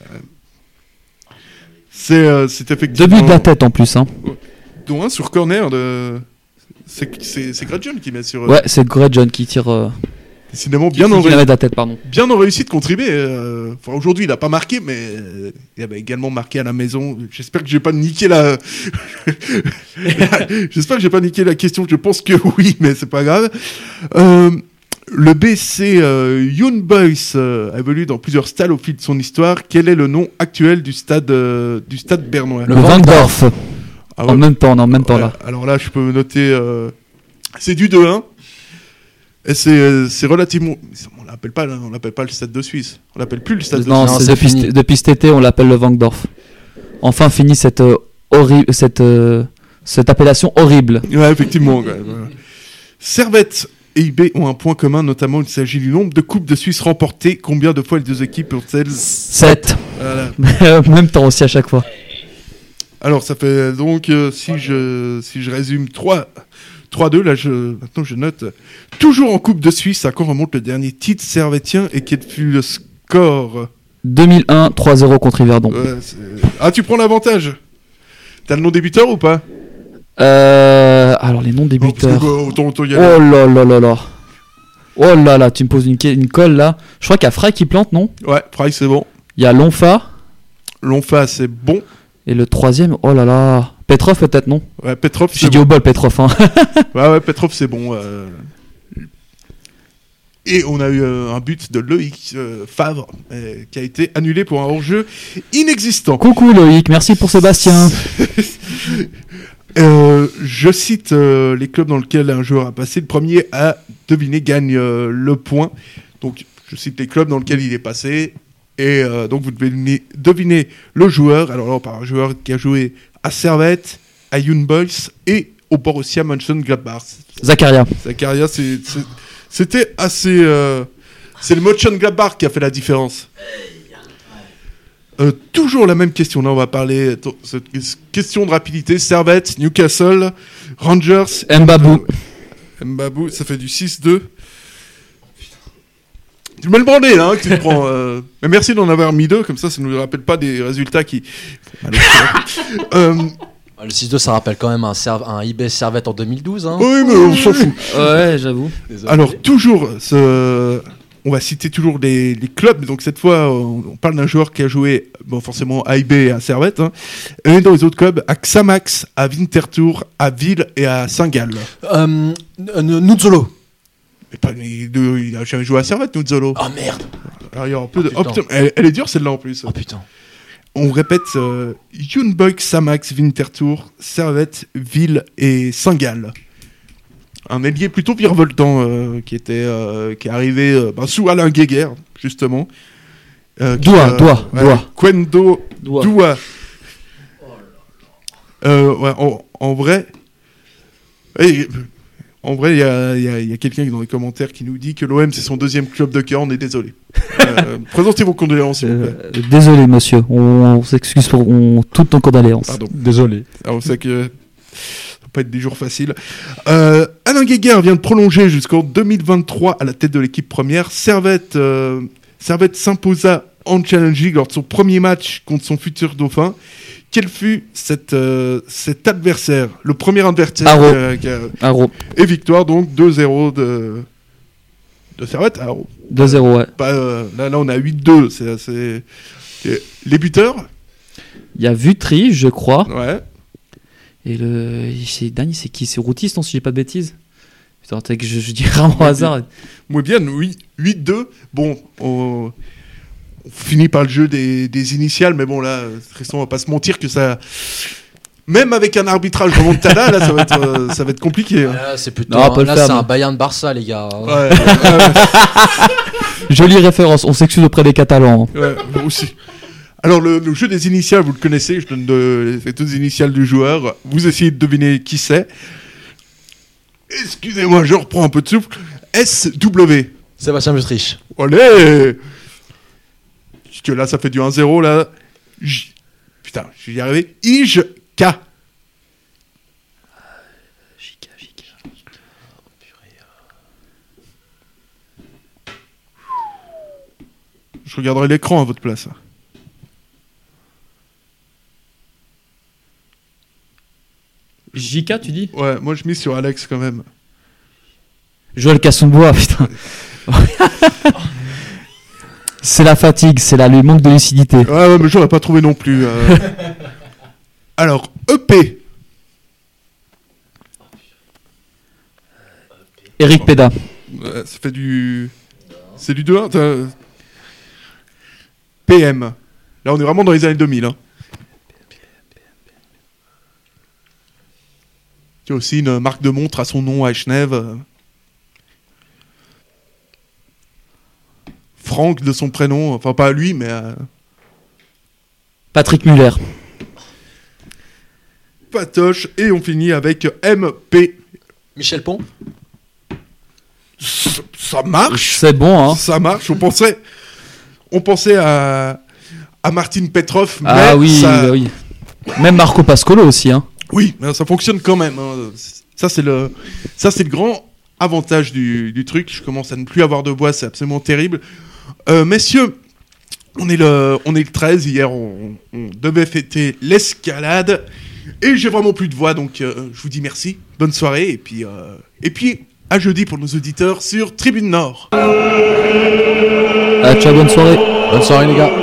c'est, euh, c'est effectivement... Deux buts de la tête en plus. Hein. Dont un sur corner de... C'est, c'est, c'est Gretchen qui met sur... Euh... Ouais, c'est Gretchen qui tire... Euh... Décidément, bien qui en, ré... de la tête, pardon. bien en réussi de contribuer. Euh... Enfin, aujourd'hui, il n'a pas marqué, mais euh, il avait également marqué à la maison. J'espère que j'ai pas niqué la... J'espère que j'ai pas niqué la question. Je pense que oui, mais c'est pas grave. Euh... Le B C euh, Young Boys euh, a évolué dans plusieurs stades au fil de son histoire. Quel est le nom actuel du stade, euh, du stade bernois? Le Wangdorf. Ah ouais. En même temps, on est en même temps Ouais, là. Alors là, je peux noter... Euh, c'est du deux un. Et c'est, euh, c'est relativement... On l'appelle pas, on l'appelle pas le stade de Suisse. On l'appelle plus le stade non, de Suisse. c'est c'est depuis, fini. st- depuis cet été, on l'appelle le Wangdorf. Enfin fini cette, euh, horrible, cette, euh, cette appellation horrible. Ouais, effectivement. Ouais, voilà. Servette et I B ont un point commun, notamment il s'agit du nombre de Coupes de Suisse remportées. Combien de fois les deux équipes ont-elles? sept. Voilà. En même temps aussi à chaque fois. Alors ça fait donc, euh, si, je, si je résume, trois deux, là je, maintenant je note. Toujours en Coupe de Suisse, à quand remonte le dernier titre servettien et quel fut le score? deux mille un, trois zéro contre Yverdon. Ouais, c'est... Ah, tu prends l'avantage. T'as le nom des buteurs ou pas? Euh, alors les noms des Bon, parce que, buteurs. bah, autant- autant y Oh aller. là là là là. Oh là là, tu me poses une, une colle là. Je crois qu'il y a Frey qui plante, non? Ouais, Fry c'est bon. Il y a Lonfa. Lonfa c'est bon. Et le troisième, oh là là. Petrov peut-être, non? Ouais, Petrov J'ai c'est dit bon. au bol Petrov. Hein. Ouais, ouais, Petrov c'est bon. euh. Et on a eu euh, un but de Loïc euh, Favre euh, qui a été annulé pour un hors-jeu inexistant. Coucou Loïc, merci pour Sébastien. Euh, je cite euh, les clubs dans lesquels un joueur a passé. Le premier à deviner gagne euh, le point. Donc, je cite les clubs dans lesquels il est passé. Et euh, donc, vous devez deviner, deviner le joueur. Alors là, on parle d'un joueur qui a joué à Servette, à Young Boys et au Borussia Mönchengladbach. Zakaria. Zakaria, c'est, c'est, c'était assez... Euh, c'est le Mönchengladbach qui a fait la différence. Euh, toujours la même question, là on va parler t- cette question de rapidité. Servette, Newcastle, Rangers, Mbabou. euh, Mbabou, ça fait du six deux. Tu me le bandé là, hein, que tu te prends. Euh... Mais merci d'en avoir mis deux, comme ça ça ne nous rappelle pas des résultats qui... euh... Le six deux, ça rappelle quand même un, serv- un I B Servette en deux mille douze. Hein. Oui, mais on s'en fout. Ouais, j'avoue. Désolé. Alors toujours, ce... on va citer toujours les, les clubs. Donc cette fois, on, on parle d'un joueur qui a joué, bon, forcément à I B et à Servette, hein, et dans les autres clubs, à Xamax, à Winterthur, à Ville et à Saint-Gall. Euh, N- Nuzzolo. Mais pas, il, il a jamais joué à Servette, Nuzzolo. Oh merde. Alors il y a un peu de... Oh, oh, putain. putain, elle, elle est dure celle-là en plus. Oh putain. On répète, euh, Youngboy, Xamax, Winterthur, Servette, Ville et Saint-Gall. Un ailier plutôt virevoltant euh, qui était euh, qui est arrivé euh, ben, sous Alain Guéguer, justement. Euh, qui, Doua, euh, Doua, ouais, Doua. Quendo Doua. Doua. Euh, ouais, en, en vrai, ouais, en vrai, il y a, y a- y a quelqu'un dans les commentaires qui nous dit que l'O M c'est son deuxième club de cœur. On est désolé. Euh, présentez vos condoléances, s'il vous plaît. Euh, désolé monsieur, on, on s'excuse pour on, toutes nos condoléances. Pardon. Désolé. Alors, on sait que ça va pas être des jours faciles. Euh, Alain Guéguer vient de prolonger jusqu'en deux mille vingt-trois à la tête de l'équipe première. Servette, euh, Servette s'imposa en Challenge League lors de son premier match contre son futur dauphin. Quel fut cette, euh, cet adversaire? Le premier adversaire Haro. euh, qui a- Aro, et victoire donc deux zéro de, de Servette. Alors, deux zéro, ouais. pas, euh, là, là, on a huit deux. C'est assez... et les buteurs? Il y a Vutry, je crois. Ouais. Et le. C'est Dany, c'est qui? C'est Routis, non, si j'ai pas de bêtises? Putain, t'as que je, je dis vraiment au hasard. Muy bien, oui, huit deux. Bon, on, on finit par le jeu des, des initiales, mais bon, là, Tristan, on va pas se mentir que ça... Même avec un arbitrage remontada, là, ça va être, euh, ça va être compliqué. hein. Là, c'est plutôt. Non, on un- peut le là, faire, c'est mais- un Bayern Barça, les gars. Ouais, ouais, Jolie référence, on s'excuse auprès des Catalans. ouais, moi aussi. Alors, le, le jeu des initiales, vous le connaissez, je donne de, les deux initiales du joueur. Vous essayez de deviner qui c'est. Excusez-moi, je reprends un peu de souffle. S W. Sébastien Butrich. Allez! Parce que là, ça fait du un zéro, là. J... Putain, je vais y arriver. Ige K. J K, J K. Je regarderai l'écran à votre place. J K, tu dis? Ouais, moi je mise sur Alex quand même. Joël Cassonbois, putain. C'est la fatigue, c'est là, le manque de lucidité. Ouais, ouais, mais j'aurais pas trouvé non plus. euh. Alors, E P. Eric Peda. Ouais, ça fait du... C'est du deux un. t'as- P M. Là, on est vraiment dans les années deux mille. Hein. Il y a aussi une marque de montre à son nom à Genève. euh. Franck de son prénom, enfin pas lui, mais euh, Patrick Muller. Patoche. Et on finit avec M P. Michel Pont. Ça, ça marche. C'est bon, hein. Ça marche. On pensait, on pensait à, à Martin Petrov, mais Ah oui, ça, oui. Même Marco Pascolo aussi, hein. oui, mais ça fonctionne quand même. hein. Ça c'est le, ça c'est le grand avantage du, du truc. Je commence à ne plus avoir de voix, c'est absolument terrible. Euh, messieurs, on est le, on est le treize. Hier, on, on devait fêter l'escalade. Et j'ai vraiment plus de voix, donc euh, je vous dis merci. Bonne soirée. Et puis, euh, et puis à jeudi pour nos auditeurs sur Tribune Nord. Ah, ciao, bonne soirée. Bonne soirée les gars.